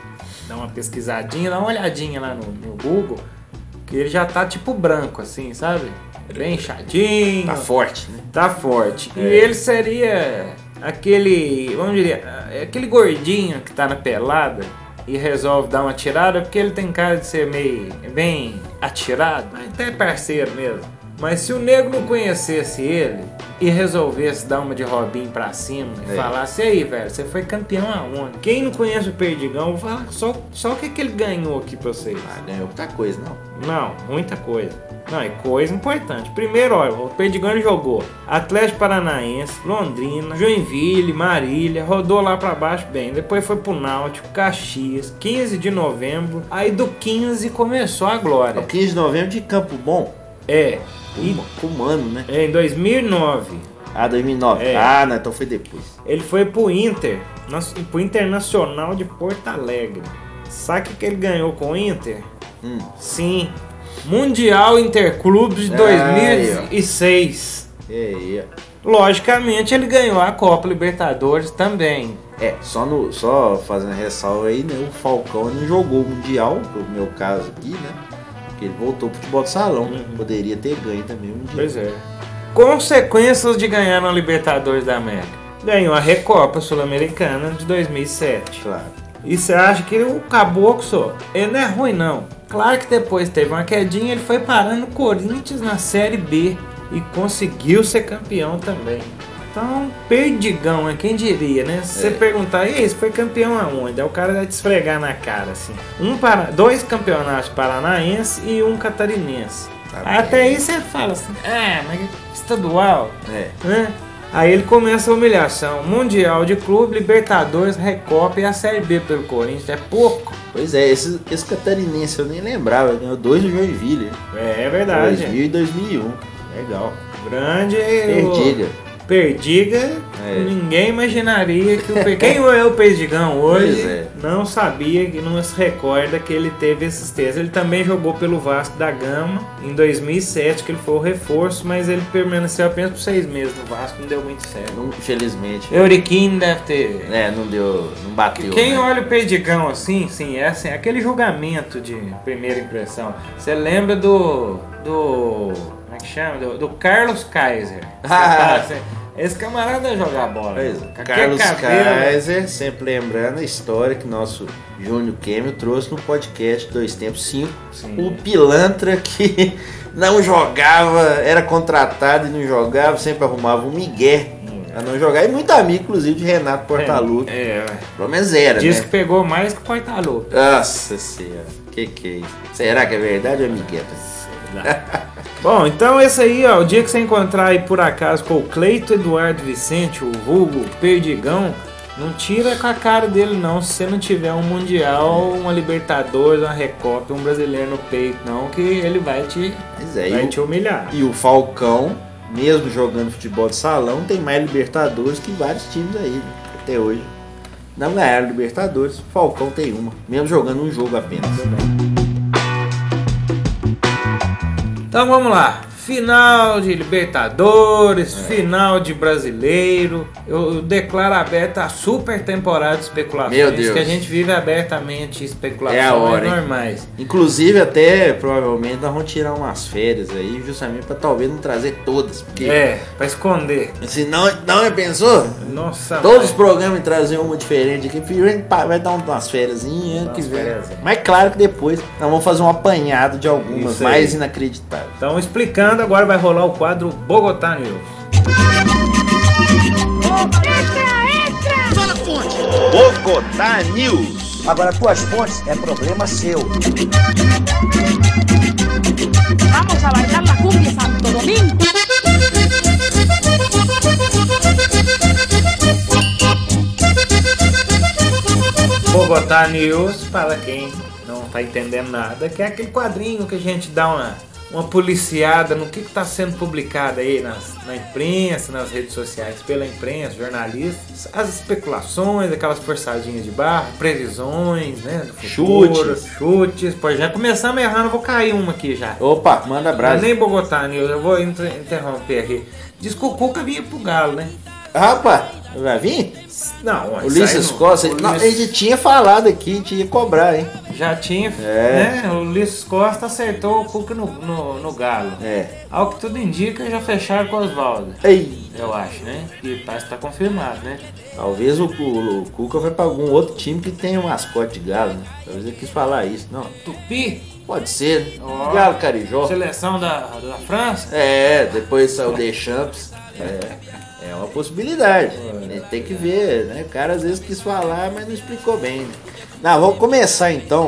dá uma pesquisadinha, dá uma olhadinha lá no, no Google, que ele já tá tipo branco, assim, sabe? Bem inchadinho. Tá forte, né? Tá forte. É. E ele seria aquele, vamos dizer, aquele gordinho que tá na pelada e resolve dar uma tirada, porque ele tem cara de ser meio, bem atirado, até parceiro mesmo. Mas se o nego não conhecesse ele e resolvesse dar uma de Robinho pra cima e É. falasse, e aí, velho, você foi campeão aonde? Quem não conhece o Perdigão, vou falar só, só o que, que ele ganhou aqui pra vocês. Ah, ganhou muita coisa, não. Não, muita coisa. Não, é coisa importante. Primeiro, olha, o Perdigão ele jogou Atlético Paranaense, Londrina, Joinville, Marília, rodou lá pra baixo bem. Depois foi pro Náutico, Caxias, quinze de novembro. Aí do quinze começou a É o glória. quinze de novembro de Campo Bom. É, e, Com o Mano, né? é, em dois mil e nove, Ah, dois mil e nove. É. Ah, não, então foi depois. ele foi pro Inter, nas- pro Internacional de Porto Alegre. Sabe o que ele ganhou com o Inter? Hum. Sim, Mundial Interclubes de Aí, dois mil e seis. É, é. Logicamente ele ganhou a Copa Libertadores também. É, só, no, só fazendo ressalva aí, né? O Falcão não jogou o Mundial, no meu caso aqui, né? Porque ele voltou pro futebol de salão. Poderia ter ganho também o Mundial. Pois é. Consequências de ganhar na Libertadores da América. Ganhou a Recopa Sul-Americana de dois mil e sete. Claro. E você acha que o Caboclo, só, ele não é ruim não. Claro que depois teve uma quedinha, ele foi parar no Corinthians na Série B e conseguiu ser campeão também. Então, Perdigão, é quem diria, né? Se você É. perguntar, e aí, você foi campeão aonde? Aí o cara vai te esfregar na cara, assim. Um para... Dois campeonatos paranaenses e um catarinense. Tá Até bem. aí você fala assim, ah, mas estadual, É. né? Aí ele começa a humilhação. Mundial de Clube, Libertadores, Recopa e a Série B pelo Corinthians. É pouco. Pois é, esse, esse catarinense eu nem lembrava. Ele ganhou dois no Joinville. É, é verdade. dois mil e dois mil e um. Legal. Grande. Perdiga. o- Perdiga. É. Ninguém imaginaria que o Per- quem é o Perdigão hoje Pois é. não sabia, que não se recorda que ele teve esses testes. Ele também jogou pelo Vasco da Gama em dois mil e sete, que ele foi o reforço, mas ele permaneceu apenas por seis meses no Vasco, não deu muito certo. Não, infelizmente. Euriquim deve ter. É, não deu. Não bateu. Quem né? olha o Perdigão assim, sim, é assim, aquele julgamento de primeira impressão. Você lembra do. do. Como é que chama? Do, do Carlos Kaiser. Você Ah. fala assim, esse camarada ia jogar bola. Pois é. Com aquele Carlos cabelo. Kaiser, sempre lembrando a história que nosso Júnior Kemio trouxe no podcast Dois Tempos cinco. Sim. O pilantra que não jogava, era contratado e não jogava, sempre arrumava um migué a não jogar. E muito amigo, inclusive, de Renato Portaluppi. É, é. Pelo menos era, Diz né? que pegou mais que o Portaluppi. Nossa senhora, que que é isso? Será que é verdade ou é migué? Bom, então esse aí, ó, o dia que você encontrar aí por acaso com o Cleito Eduardo Vicente, o vulgo Perdigão, não tira com a cara dele não, se você não tiver um Mundial, uma Libertadores, uma Recopa, um brasileiro no peito não, que ele vai te, Pois é, vai e o- te humilhar. E o Falcão, mesmo jogando futebol de salão, tem mais Libertadores que vários times aí, né? Até hoje. Não ganharam Libertadores, o Falcão tem uma, mesmo jogando um jogo apenas. Então vamos lá, final de Libertadores, final de Brasileiro. Eu declaro aberta a super temporada de especulações. Meu Deus. Que a gente vive abertamente especulações É a hora, hein? normais. Inclusive, até provavelmente nós vamos tirar umas férias aí, justamente para talvez não trazer todas, porque É, pra esconder. se não, não é, pensou? Nossa, Todos os mãe. programas trazer uma diferente aqui, filho, a gente pa- vai dar umas férias ano que Umas vem. fériasinhas. Mas claro que depois nós vamos fazer um apanhado de algumas Isso aí. mais inacreditáveis. Então, explicando, agora vai rolar o quadro Bogotá News. Bogotá News. Agora, tuas fontes é problema seu. Vamos a bailar la cumbia Santo Domingo. Bogotá News, para quem não tá entendendo nada, que é aquele quadrinho que a gente dá uma, uma policiada no que está sendo publicado aí nas, na imprensa, nas redes sociais, pela imprensa, jornalistas, as especulações, aquelas forçadinhas de barra, previsões, né? Do futuro, Chutes. chutes. Pô, já começamos errando, eu vou cair uma aqui já. Opa, manda Não é brasa. nem Bogotá News, eu vou inter- interromper aqui. Diz que o Cuca vinha pro Galo, né? Rapaz, eu já vim? Não, O Ulisses Costa, o não, Ulisses- ele tinha falado aqui, tinha que cobrar, hein? Já tinha, É. né? O Ulisses Costa acertou o Cuca no, no, no galo. É. Ao que tudo indica, já fecharam com o Oswaldo. Ei, Eu acho, né? E parece que tá confirmado, né? talvez o, o, o Cuca vai pra algum outro time que tenha um mascote de galo, né? Talvez ele quis falar isso, não. Tupi, Pode ser, né? Ó. Galo Carijó. seleção da, da França. É, depois saiu o Deschamps. É, é uma possibilidade. A gente tem que ver, né? O cara às vezes quis falar, mas não explicou bem, né? Não, vamos começar então.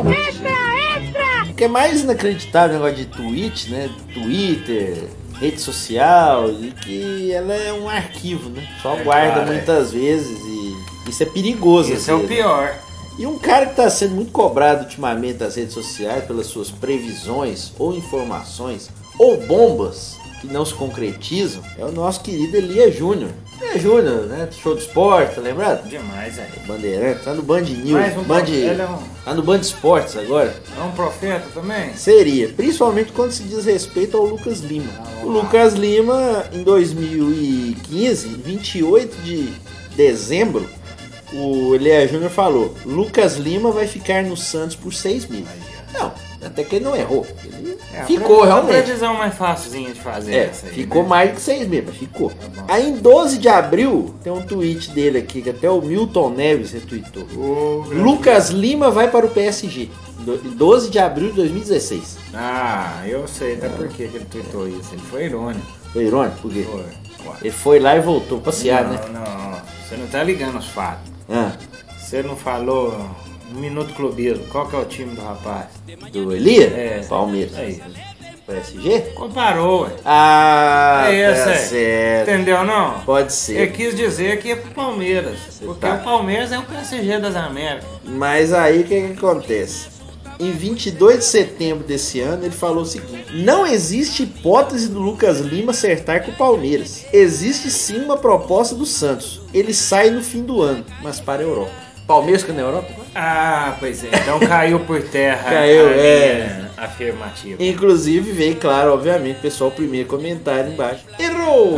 O que é mais inacreditável o negócio de tweet, né? Twitter, rede social, e que ela é um arquivo, né? Só É guarda claro, é. muitas vezes e isso é perigoso. Esse às é o vezes. pior. E um cara que está sendo muito cobrado ultimamente nas redes sociais pelas suas previsões ou informações ou bombas que não se concretizam é o nosso querido Elias Júnior. Elias Júnior, né? Show de esporte, tá lembrado? Demais, aí. Bandeirante, tá no Band News, Mais um Band, pro- ele é um- tá no Band Esportes agora. É um profeta também? Seria, principalmente quando se diz respeito ao Lucas Lima. Ah, O Lucas Lima, em dois mil e quinze, vinte e oito de dezembro, o Elias Júnior falou: Lucas Lima vai ficar no Santos por seis meses. Não, até que ele não errou. Ele É, a ficou pre- realmente. A previsão mais facilzinha de fazer É, essa aí, ficou né? mais de seis meses, mas ficou. bom. Aí em doze de abril, tem um tweet dele aqui, que até o Milton Neves retweetou. O- Lucas Lima vai para o P S G. do- doze de abril de dois mil e dezesseis. Ah, eu sei até por que que ele tweetou isso. Ele foi irônico. Foi irônico, por quê? Foi. Ele foi lá e voltou passear, não, né? não, você não tá ligando os fatos. Ah, Você não falou no Minuto Clubismo. Qual que é o time do rapaz? do Elias? É. Palmeiras. É isso. P S G? Comparou, ué. Ah, É tá esse, certo. Entendeu, não? Pode ser. Ele quis dizer que é pro Palmeiras. Porque tá. o Palmeiras é o P S G das Américas. Mas aí o que, que acontece? Em vinte e dois de setembro desse ano, ele falou o seguinte: não existe hipótese do Lucas Lima acertar com o Palmeiras. Existe sim uma proposta do Santos. Ele sai no fim do ano, mas para a Europa. Palmeiras que é na Europa? Ah, pois é. Então caiu por terra Caiu, a é. minha afirmativa. Inclusive veio, claro, obviamente, pessoal, o primeiro comentário embaixo. Errou!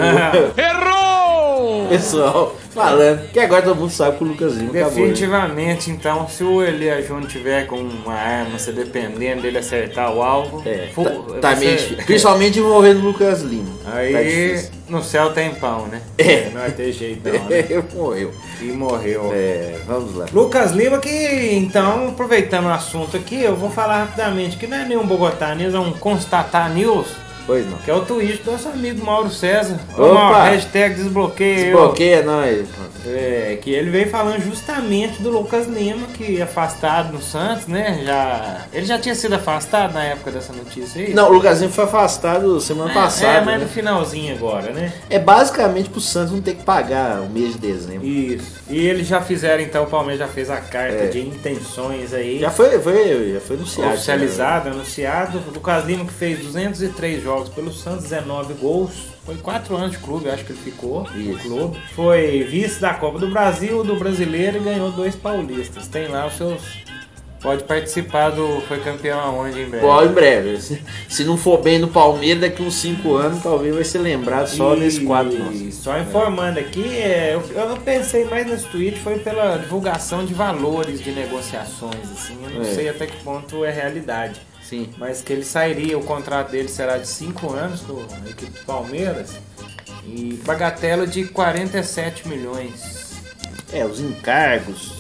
Errou! Pessoal falando que agora todo mundo sabe que o Lucas Lima acabou. Né? Definitivamente, então, se o Elias Júnior tiver com uma arma, se dependendo dele acertar o alvo, É, fu- tá, tá você- meio difícil. Principalmente envolvendo o Lucas Lima. Aí Tá difícil. no céu tem pão, né? É. Não vai ter jeito não, né? Morreu. E morreu. É, vamos lá. Lucas Lima, que então, aproveitando o assunto aqui, eu vou falar rapidamente que não é nenhum Bogotá News, é um Constatar News, Pois não. que é o tweet do nosso amigo Mauro César. Ô, Opa! Mauro, hashtag desbloqueia eu. Desbloqueia nós. É, que ele veio falando justamente do Lucas Lima, que afastado no Santos, né? Já, ele já tinha sido afastado na época dessa notícia aí? Não, o Lucas Lima foi afastado semana É, passada. é, mas né? no finalzinho agora, né? É basicamente pro Santos não ter que pagar o mês de dezembro. Isso. E eles já fizeram, então, o Palmeiras já fez a carta É. de intenções aí. Já foi, foi, já foi anunciado. Oficializado, anunciado. O Lucas Lima, que fez duzentos e três jogos pelo Santos, dezenove gols. Foi quatro anos de clube, acho que ele ficou no Isso. clube. Foi vice da Copa do Brasil, do Brasileiro e ganhou dois paulistas. Tem lá os seus... Pode participar do... Foi campeão aonde em breve? Pô, em breve. Se, se não for bem no Palmeiras, daqui uns cinco anos, talvez vai ser lembrado só E- nesse quadro nosso. e Só informando aqui, é, eu, eu pensei mais nesse tweet, foi pela divulgação de valores de negociações, assim, eu não É. sei até que ponto é realidade. Sim. Mas que ele sairia, o contrato dele será de cinco anos com a equipe do Palmeiras e bagatela de quarenta e sete milhões. É, os encargos,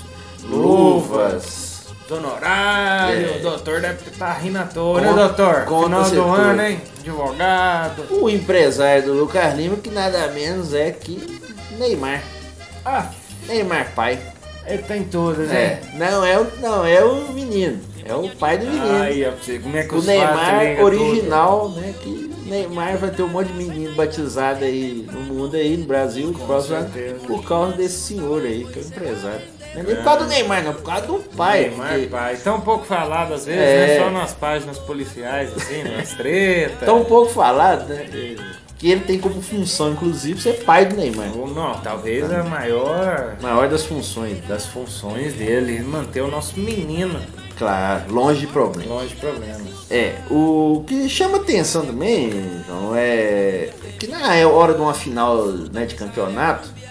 Luvas, honorário, É. o doutor deve estar rindo à toa, né, Conta- doutor? conta Final do setor. ano, hein? Advogado. O empresário do Lucas Lima, que nada menos é que Neymar. Ah, Neymar pai. ele tem tudo, É, né? não é o, não é o menino, é o pai do menino. Aí, ó, pra você, como é que o os fatos Neymar ligam original, né? Que Neymar vai ter um monte de menino batizado aí no mundo aí, no Brasil, Com próximo ano, certeza. por causa desse senhor aí, que é o empresário. Não é nem por causa do Neymar, não, por causa do tudo? pai. Neymar, porque pai. Tão pouco falado às vezes, É. né? Só nas páginas policiais, assim, nas tretas. Tão pouco falado, né? Que ele tem como função, inclusive, ser pai do Neymar. Ou não, talvez a maior Maior das funções, das funções dele, manter o nosso menino claro, longe de problema. longe de problemas. É, o que chama atenção também, João, é que na hora de uma final, né, de campeonato,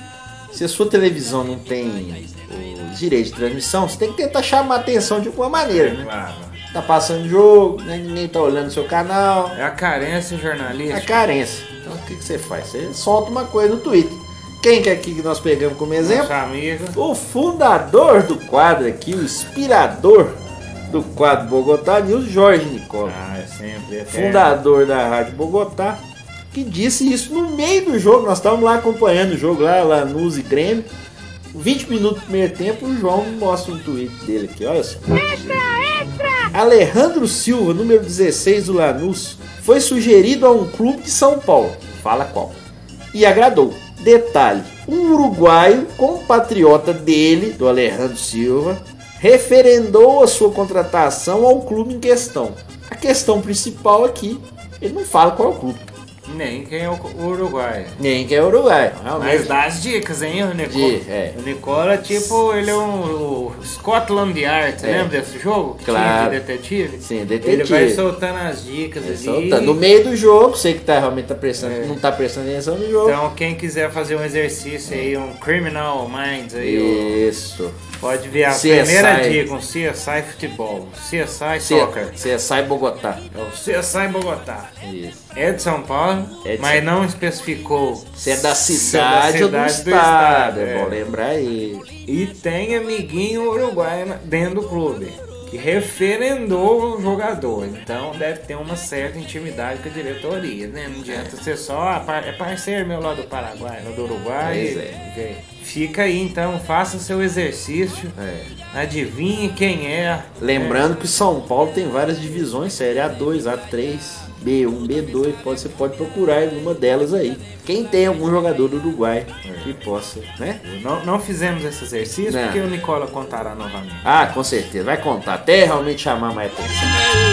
se a sua televisão não tem o direito de transmissão, você tem que tentar chamar a atenção de alguma maneira, né? Claro. Tá passando jogo, né? Ninguém tá olhando o seu canal. É a carência jornalística. É a carência. Então o que, que você faz? Você solta uma coisa no Twitter. Quem que é aqui que nós pegamos como exemplo? Nosso amigo. O fundador do quadro aqui, o inspirador do quadro Bogotá News, Jorge Nicola. Ah, é sempre. É Fundador da Rádio Bogotá, que disse isso no meio do jogo. Nós estávamos lá acompanhando o jogo lá, Lanús e Grêmio. vinte minutos do primeiro tempo, o João mostra um tweet dele aqui, olha só. Extra, extra! Alejandro Silva, número dezesseis do Lanús, foi sugerido a um clube de São Paulo. Fala qual. E agradou. Detalhe, um uruguaio compatriota dele, do Alejandro Silva, referendou a sua contratação ao clube em questão. A questão principal aqui, ele não fala qual é o clube. Nem quem é o Uruguai. Nem quem é o Uruguai. Mas dá as dicas, hein, o Nicola? De, é. O Nicola, tipo, ele é um o Scotland Yard, você É. lembra desse jogo? Claro. De detetive? Sim, detetive. Ele vai soltando as dicas Ele ali. solta. No meio do jogo, você que tá, realmente tá prestando, É. não tá prestando atenção no jogo. Então, quem quiser fazer um exercício aí, um Criminal Minds aí, Isso. o- pode ver a C S I. primeira dica, um C S I Futebol, C S I C- Soccer. C-sai Bogotá. É o C S I Bogotá. Isso. É de São Paulo, É de mas São- não especificou Se é da se cidade, é da ou do cidade estado. É é. bom lembrar aí. E tem amiguinho uruguaio na- dentro do clube que referendou o jogador. Então deve ter uma certa intimidade com a diretoria, né? Não adianta ser só ah, par- é parceiro meu lá do Paraguai, lá do Uruguai. Pois é. e- Fica aí então, faça seu exercício. É. Adivinhe quem é. Lembrando que São Paulo tem várias divisões, série A dois, A três, B um, B dois, pode, você pode procurar em uma delas aí. Quem tem algum jogador do Uruguai que possa, né? Não, não fizemos esse exercício Não. porque o Nicola contará novamente. Ah, com certeza, vai contar, até realmente chamar mais atenção.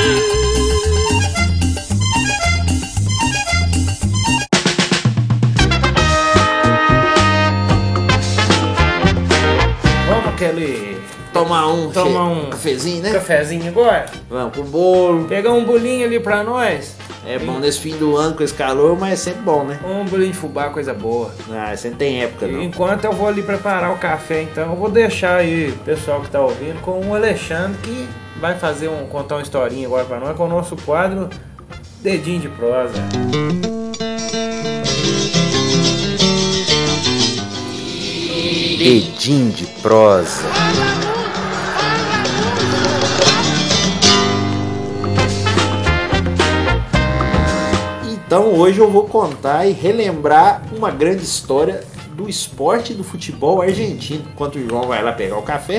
Vamos aquele Tomar um, Tomar che- um- cafezinho, né? cafezinho agora? Vamos pro bolo. Pegar um bolinho ali pra nós. É bom nesse fim do ano com esse calor, mas é sempre bom, né? Um bolinho de fubá, coisa boa. Ah, você não tem época não. Enquanto eu vou ali preparar o café, então eu vou deixar aí o pessoal que tá ouvindo com o Alexandre, que vai fazer um contar uma historinha agora pra nós com o nosso quadro Dedinho de Prosa. Dedinho de prosa. Então hoje eu vou contar e relembrar uma grande história do esporte e do futebol argentino. Enquanto o João vai lá pegar o café,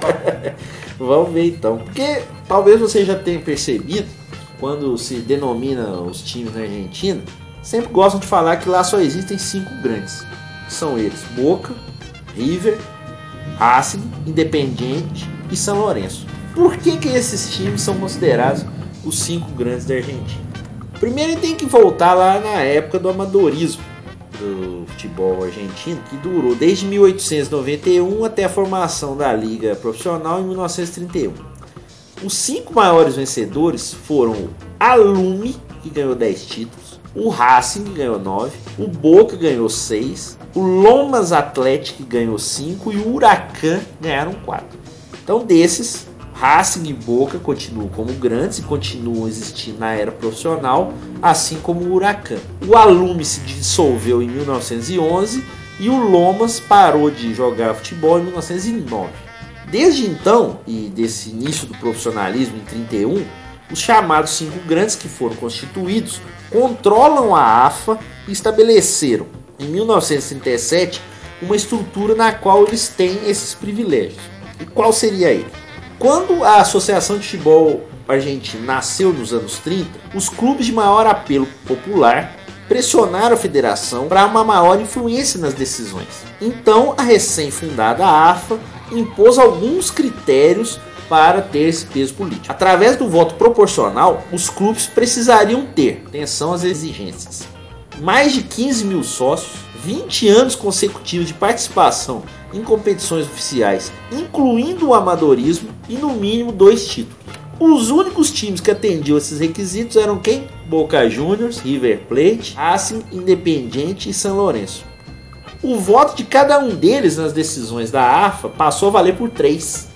vamos ver então. Porque talvez você já tenha percebido, quando se denomina os times na Argentina, sempre gostam de falar que lá só existem cinco grandes. São eles: Boca, River, Racing, Independiente e São Lourenço. Por que que esses times são considerados os cinco grandes da Argentina? Primeiro ele tem que voltar lá na época do amadorismo do futebol argentino, que durou desde mil oitocentos e noventa e um até a formação da liga profissional em mil novecentos e trinta e um. Os cinco maiores vencedores foram o Alume, que ganhou dez títulos, o Racing, que ganhou nove, o Boca ganhou seis, o Lomas Atlético, que ganhou cinco, e o Huracan ganharam quatro. Então desses, Racing e Boca continuam como grandes e continuam existindo na era profissional, assim como o Huracan. O Alume se dissolveu em mil novecentos e onze e o Lomas parou de jogar futebol em mil novecentos e nove. Desde então, e desse início do profissionalismo em trinta e um, os chamados cinco grandes que foram constituídos controlam a A F A e estabeleceram, em mil novecentos e trinta e sete, uma estrutura na qual eles têm esses privilégios. E qual seria ele? Quando a Associação de Futebol Argentino nasceu nos anos trinta, os clubes de maior apelo popular pressionaram a federação para uma maior influência nas decisões. Então, a recém-fundada A F A impôs alguns critérios para ter esse peso político. Através do voto proporcional, os clubes precisariam ter, atenção às exigências, mais de quinze mil sócios, vinte anos consecutivos de participação em competições oficiais, incluindo o amadorismo, e no mínimo dois títulos. Os únicos times que atendiam esses requisitos eram quem? Boca Juniors, River Plate, Racing, Independiente e São Lourenço. O voto de cada um deles nas decisões da A F A passou a valer por três.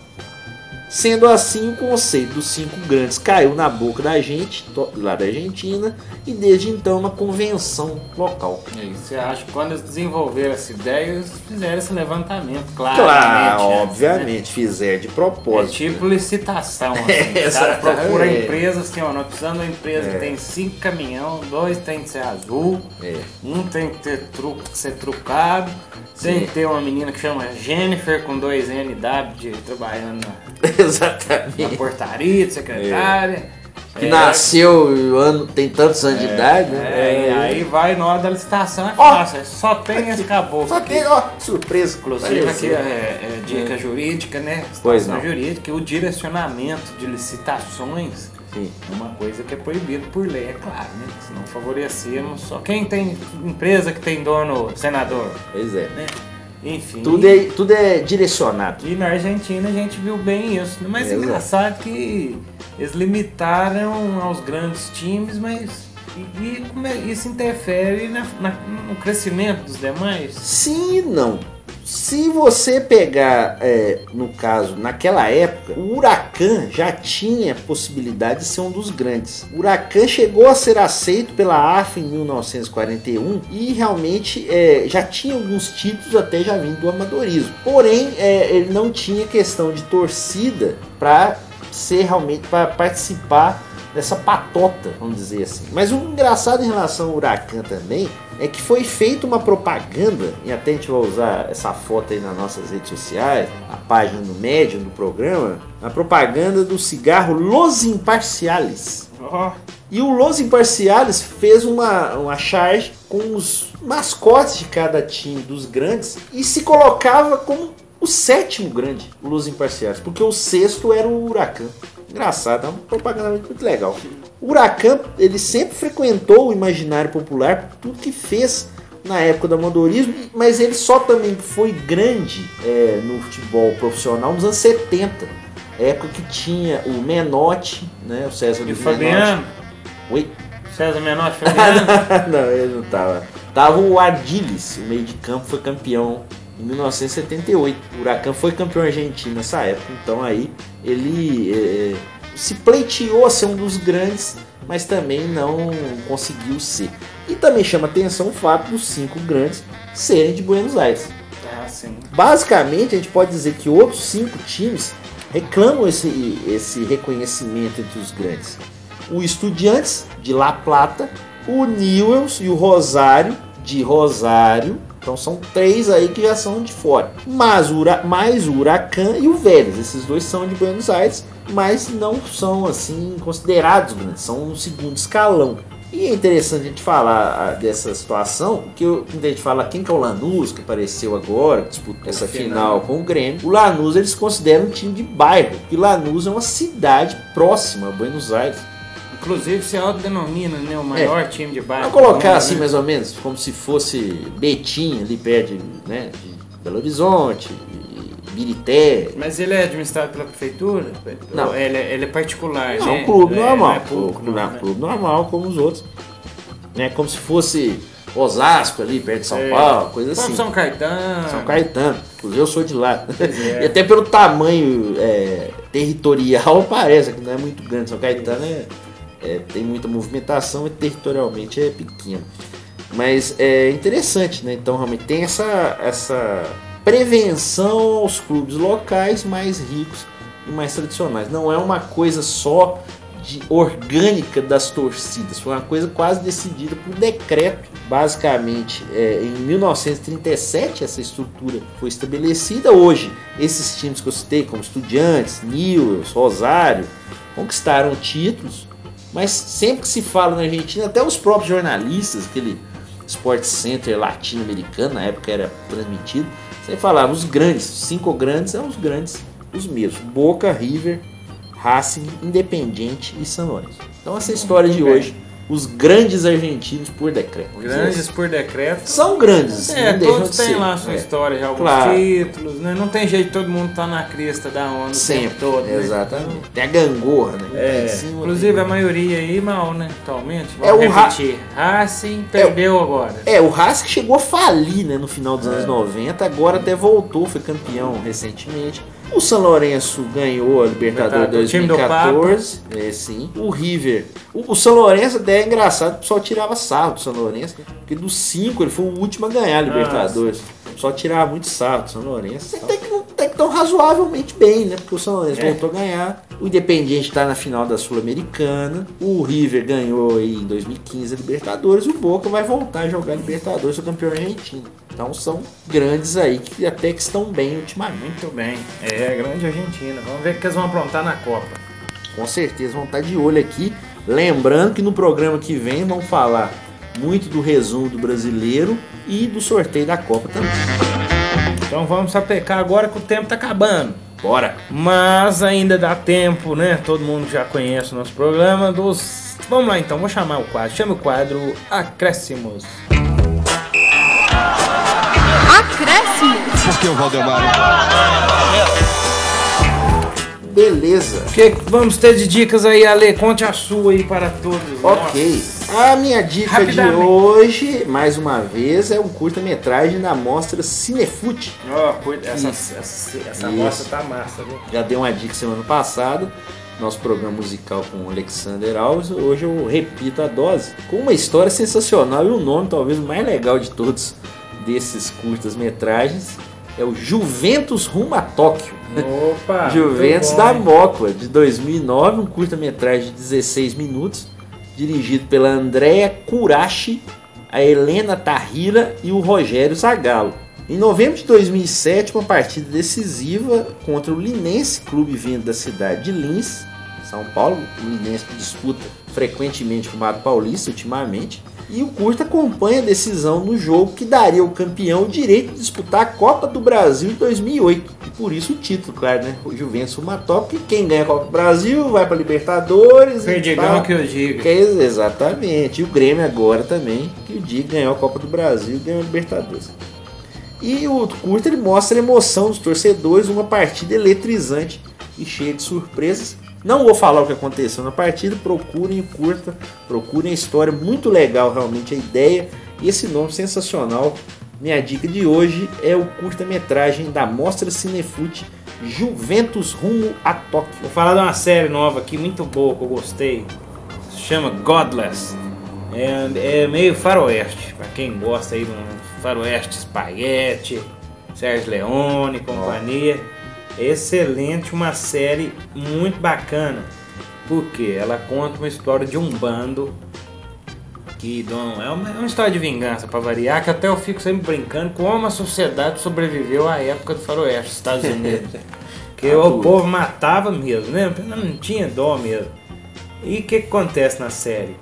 Sendo assim, o conceito dos cinco grandes caiu na boca da gente, lá da Argentina, e desde então uma convenção local. E aí, você acha que quando eles desenvolveram essa ideia, eles fizeram esse levantamento, claro. Claro, obviamente, né? Fizeram de propósito. É tipo licitação, assim. É, o cara procura é. empresas assim, ó, nós precisamos de uma empresa É. que tem cinco caminhão, dois tem que ser azul, É. um tem que ter tru, que ser trucado, tem que ter uma menina que chama Jennifer com dois N W de, trabalhando na, Exatamente. na portaria de secretária. Que É. nasceu ano, tem tantos anos de idade, né? É, e aí vai na hora da licitação, é Ó. fácil, só tem esse caboclo. Só aqui. tem, ó, surpresa. Inclusive Olha aqui só. é, é dica jurídica, né? Pois Situação não. jurídica, o direcionamento de licitações Sim. é uma coisa que é proibido por lei, é claro, né? Se não favorecemos só quem tem empresa que tem dono senador, Pois é. né? Enfim. Tudo é, tudo é direcionado. E na Argentina a gente viu bem isso, né? Mas é Exato. engraçado que eles limitaram aos grandes times, mas e, e como é- isso interfere na- na- no crescimento dos demais? Sim e não. Se você pegar, é, no caso, naquela época, o Huracan já tinha possibilidade de ser um dos grandes. O Huracan chegou a ser aceito pela A F A em mil novecentos e quarenta e um e realmente é, já tinha alguns títulos até já vindo do amadorismo. Porém, é, ele não tinha questão de torcida para ser realmente, para participar dessa patota, vamos dizer assim. Mas o engraçado em relação ao Huracan também é que foi feita uma propaganda, e até a gente vai usar essa foto aí nas nossas redes sociais, a página do Medium do programa, a propaganda do cigarro Los Imparciales. Ó, E o Los Imparciales fez uma, uma charge com os mascotes de cada time dos grandes e se colocava como o sétimo grande, o Los Imparciales, porque o sexto era o Huracan. Engraçado, é uma propaganda muito legal. O Huracan, ele sempre frequentou o imaginário popular por tudo que fez na época do amadorismo, mas ele só também foi grande é, no futebol profissional nos anos setenta. Época que tinha o Menotti, né, o César e o Luiz Fabiano? Menotti. Oi? César Menotti, Fabiano? Não, ele não tava. Tava o Ardiles, o meio de campo, foi campeão em mil novecentos e setenta e oito. O Huracan foi campeão argentino nessa época, então aí ele é, se pleiteou a ser um dos grandes, mas também não conseguiu ser. E também chama atenção o fato dos cinco grandes serem de Buenos Aires. Ah, sim. Basicamente, a gente pode dizer que outros cinco times reclamam esse, esse reconhecimento entre os grandes. O Estudiantes, de La Plata, o Newell's e o Rosário, de Rosário. Então são três aí que já são de fora. Mas o, Hura- mais o Huracan e o Vélez. Esses dois são de Buenos Aires, mas não são assim considerados grandes. São um segundo escalão. E é interessante a gente falar ah, dessa situação, porque eu- quando a gente fala quem que é o Lanús, que apareceu agora, que disputou essa final com o Grêmio, o Lanús eles consideram um time de bairro, porque Lanús é uma cidade próxima a Buenos Aires. Inclusive se autodenomina, né, o maior time de bairro. Vamos colocar do mundo, assim né? mais ou menos, como se fosse Betim, ali perto de, né, de Belo Horizonte, Birité. Mas ele é administrado pela prefeitura? Não. Ou Ele, é- ele é particular, Não, né? um clube É, normal. Não é público, clube, não, não, né? clube normal, como os outros. Né, como se fosse Osasco ali, perto de São É. Paulo, coisa Como assim. São Caetano. São Caetano, inclusive eu sou de lá. é. E até pelo tamanho é, territorial parece que não é muito grande. São Caetano é, é, tem muita movimentação e territorialmente é pequeno. Mas é interessante, né? Então realmente tem essa, essa prevenção aos clubes locais mais ricos e mais tradicionais. Não é uma coisa só de orgânica das torcidas, foi uma coisa quase decidida por decreto. Basicamente, é, em mil novecentos e trinta e sete essa estrutura foi estabelecida. Hoje, esses times que eu citei, como Estudiantes, Newell's, Rosário, conquistaram títulos, mas sempre que se fala na Argentina, até os próprios jornalistas, aquele Sport Center latino-americano, na época era transmitido, você falava, os grandes, os cinco grandes são os grandes, os mesmos, Boca, River, Racing, Independiente e San Lorenzo. Então essa história de bem. hoje os grandes argentinos por decreto. Grandes por decreto. São grandes. É, não deixam todos de têm ser. lá a sua É. história, já alguns Claro. títulos, né? Não tem jeito, todo mundo tá na crista da onda o Sempre. tempo todo. né? Exatamente. Tem a gangorra, né? É, Em cima, inclusive tem- a maioria aí mal, né? Atualmente. É Vamos o Ra- repetir. Racing perdeu agora. É, o Racing chegou a falir, né, no final dos É. anos noventa, agora até voltou, foi campeão recentemente. O São Lourenço ganhou a Libertadores O time do dois mil e quatorze, é, sim. O River, o, o São Lourenço até é engraçado, o pessoal tirava sarro do São Lourenço, né? Porque dos cinco ele foi o último a ganhar a Libertadores. O pessoal tirava muito sarro do São Lourenço. Até que não até que tão razoavelmente bem, né? Porque o São Lourenço É. voltou a ganhar. O Independiente está na final da Sul-Americana. O River ganhou aí em dois mil e quinze a Libertadores. O Boca vai voltar a jogar a Libertadores, o campeão argentino. Então são grandes aí que até que estão bem ultimamente. Muito bem. É, grande Argentina. Vamos ver o que eles vão aprontar na Copa. Com certeza vão estar de olho aqui. Lembrando que no programa que vem vamos falar muito do resumo do brasileiro e do sorteio da Copa também. Então vamos sapecar agora que o tempo tá acabando. Bora! Mas ainda dá tempo, né? Todo mundo já conhece o nosso programa dos... Vamos lá então, vou chamar o quadro. Chama o quadro Acréscimos. Acréscimo. Por que o Valdemar? Beleza. O que vamos ter de dicas aí, Ale? Conte a sua aí para todos. Ok. A minha dica de Rapidamente. hoje, mais uma vez, é um curta-metragem da mostra Cinefute. Ó, cuida, essa, Isso. essa, essa Isso. mostra tá massa, viu? Já dei uma dica semana passada, nosso programa musical com o Alexander Alves. Hoje eu repito a dose, com uma história sensacional e o nome talvez o mais legal de todos desses curtas-metragens. É o Juventus rumo a Tóquio. Opa! Juventus muito bom, da hein? Móqua, de dois mil e nove, um curta-metragem de dezesseis minutos, dirigido pela Andrea Curachi, a Helena Tahira e o Rogério Zagallo. Em novembro de dois mil e sete, uma partida decisiva contra o Linense, clube vindo da cidade de Lins, São Paulo. O Linense que disputa frequentemente com o Mato Paulista ultimamente. E o curta acompanha a decisão no jogo que daria ao campeão o direito de disputar a Copa do Brasil em dois mil e oito. E por isso o título, claro, né? O Juventus rumo a Tóquio, que quem ganha a Copa do Brasil vai para Libertadores. Perdigão e que eu diga. que é exatamente. E o Grêmio agora também, que o dia ganhou a Copa do Brasil e ganhou a Libertadores. E o curta ele mostra a emoção dos torcedores, uma partida eletrizante e cheia de surpresas. Não vou falar o que aconteceu na partida, procurem o curta, procurem a história, muito legal realmente a ideia e esse nome sensacional. Minha dica de hoje é o curta-metragem da Mostra Cinefute Juventus rumo a Tóquio. Vou falar de uma série nova aqui, muito boa, que eu gostei. Se chama Godless. É, é meio faroeste, pra quem gosta aí de um faroeste espaguete, Sérgio Leone e companhia. Excelente, uma série muito bacana, porque ela conta uma história de um bando que não, é, uma, é uma história de vingança para variar, que até eu fico sempre brincando como a sociedade sobreviveu à época do faroeste, Estados Unidos, que o povo matava mesmo, né? Não tinha dó mesmo. E o que, que acontece na série?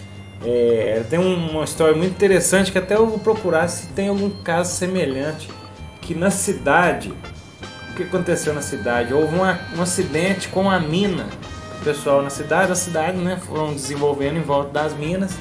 É, tem um, uma história muito interessante que até eu vou procurar se tem algum caso semelhante, que na cidade, o que aconteceu na cidade? Houve uma, um acidente com a mina. O pessoal na cidade, a cidade, né, foram desenvolvendo em volta das minas.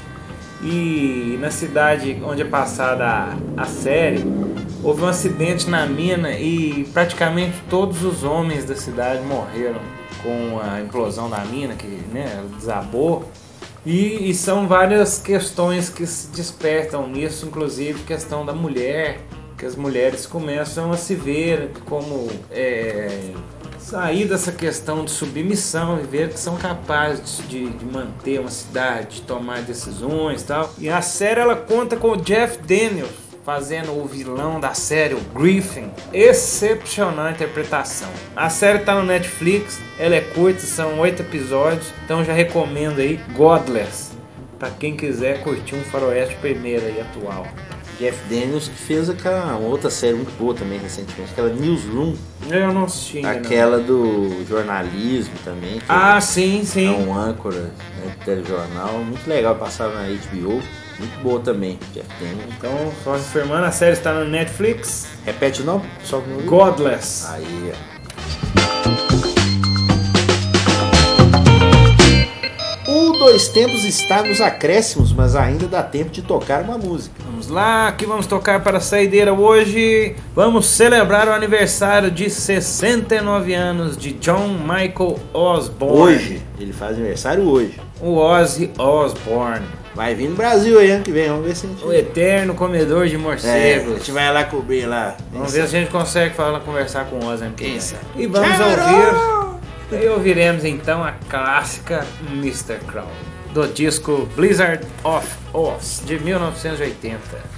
E na cidade onde é passada a, a série, houve um acidente na mina e praticamente todos os homens da cidade morreram com a implosão da mina, que, né, desabou. E, e são várias questões que se despertam nisso, inclusive questão da mulher, que as mulheres começam a se ver como é, sair dessa questão de submissão e ver que são capazes de, de manter uma cidade, de tomar decisões e tal. E a série ela conta com o Jeff Daniels fazendo o vilão da série, o Griffin. Excepcional interpretação. A série tá no Netflix, ela é curta, são oito episódios, então já recomendo aí Godless, pra quem quiser curtir um faroeste primeiro aí atual. Jeff Daniels que fez aquela outra série muito boa também recentemente, aquela Newsroom, Eu não assisti ainda, não. aquela do jornalismo também, que Ah, sim, é sim. um âncora, né, de telejornal, muito legal, passava na H B O, muito boa também, Jeff Daniels. Então, só confirmando, a série está no Netflix. Repete o nome, só que não viu? Godless. Aí, ó. O Dois Tempos está nos acréscimos, mas ainda dá tempo de tocar uma música. Vamos lá, que vamos tocar para a saideira hoje. Vamos celebrar o aniversário de sessenta e nove anos de John Michael Osborne. Hoje, ele faz aniversário hoje. O Ozzy Osbourne. Vai vir no Brasil aí ano que vem, vamos ver se a gente... O eterno comedor de É, morcegos. a gente vai lá cobrir lá. Vamos ver se a gente consegue falar, conversar com o Ozzy ano que vem. Quem sabe? E vamos ouvir... E ouviremos então a clássica mister Crow, do disco Blizzard of Oz, de mil novecentos e oitenta.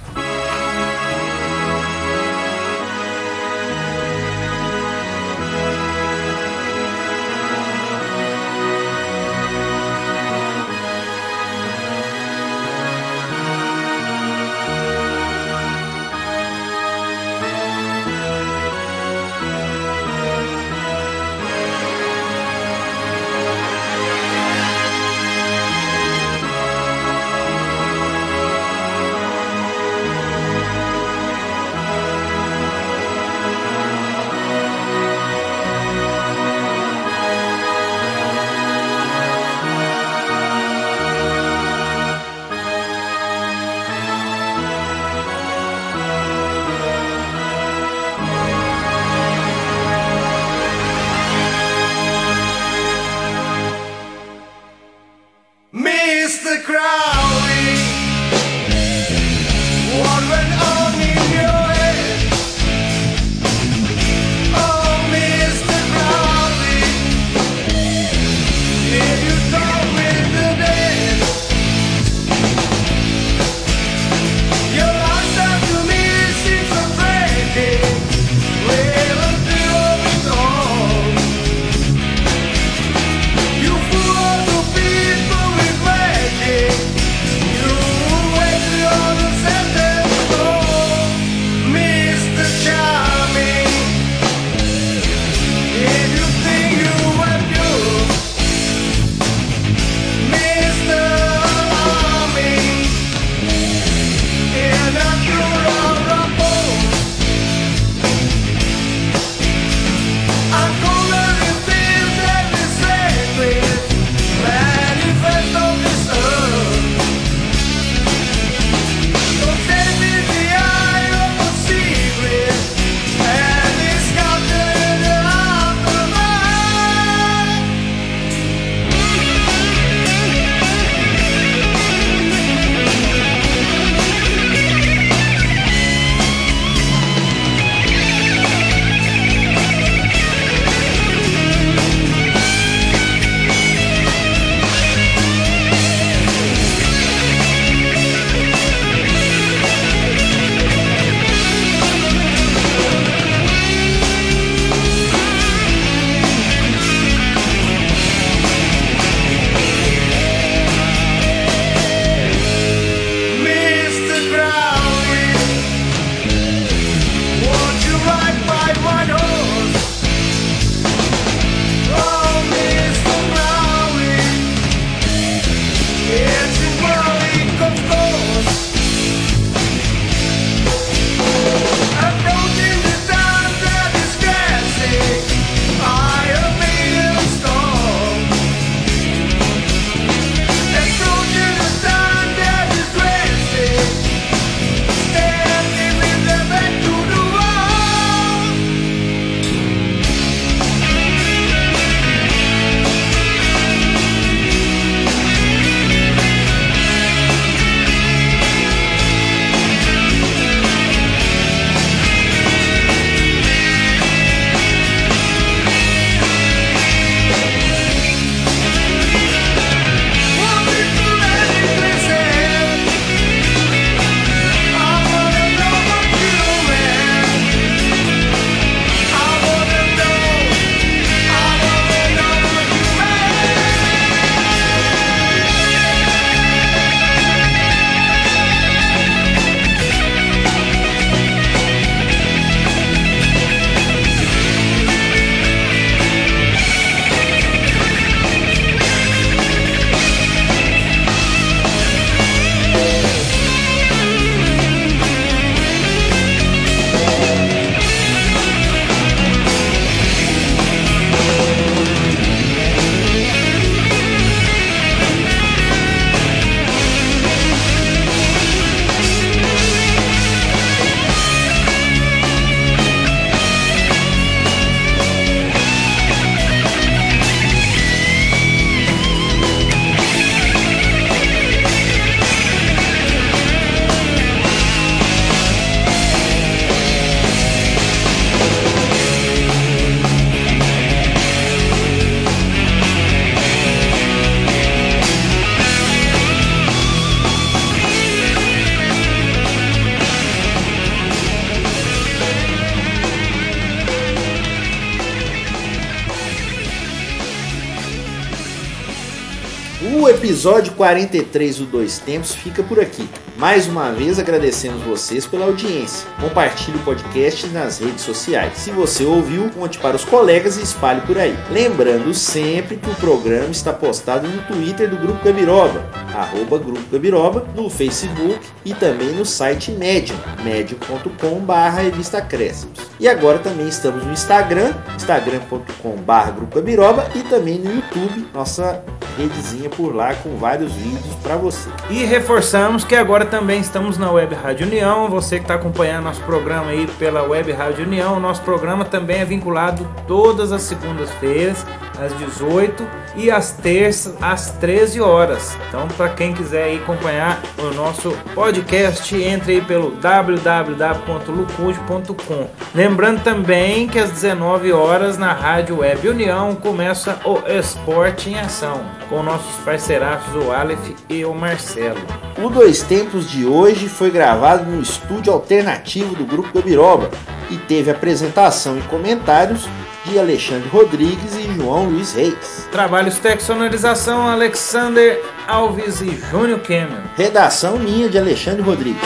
episódio quarenta e três do Dois Tempos fica por aqui. Mais uma vez agradecemos vocês pela audiência. Compartilhe o podcast nas redes sociais. Se você ouviu, conte para os colegas e espalhe por aí. Lembrando sempre que o programa está postado no Twitter do Grupo Gabiroba, arroba Grupo Gabiroba, no Facebook e também no site Medium, medium ponto com barra revista Acréscimos. E agora também estamos no Instagram, instagram ponto com barra Grupo Gabiroba e também no YouTube, nossa redezinha por lá com vários vídeos para você. E reforçamos que agora também estamos na Web Rádio União. Você que está acompanhando nosso programa aí pela Web Rádio União, nosso programa também é vinculado todas as segundas-feiras às dezoito e às terças às treze horas. Então, para quem quiser aí acompanhar o nosso podcast, entre aí pelo w w w ponto lucude ponto com. Lembrando também que às dezenove horas na Rádio Web União começa o Esporte em Ação, com nossos parceiraços o Aleph e o Marcelo. O Dois Tempos de hoje foi gravado no estúdio alternativo do Grupo Gabiroba e teve apresentação e comentários de Alexandre Rodrigues e João Luiz Reis. Trabalhos técnicos, sonorização, Alexander Alves e Júnior Kemer. Redação minha de Alexandre Rodrigues.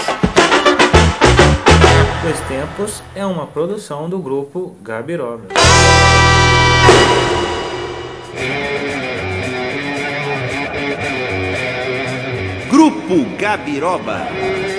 Dois Tempos é uma produção do Grupo Gabiroba. Grupo Gabiroba.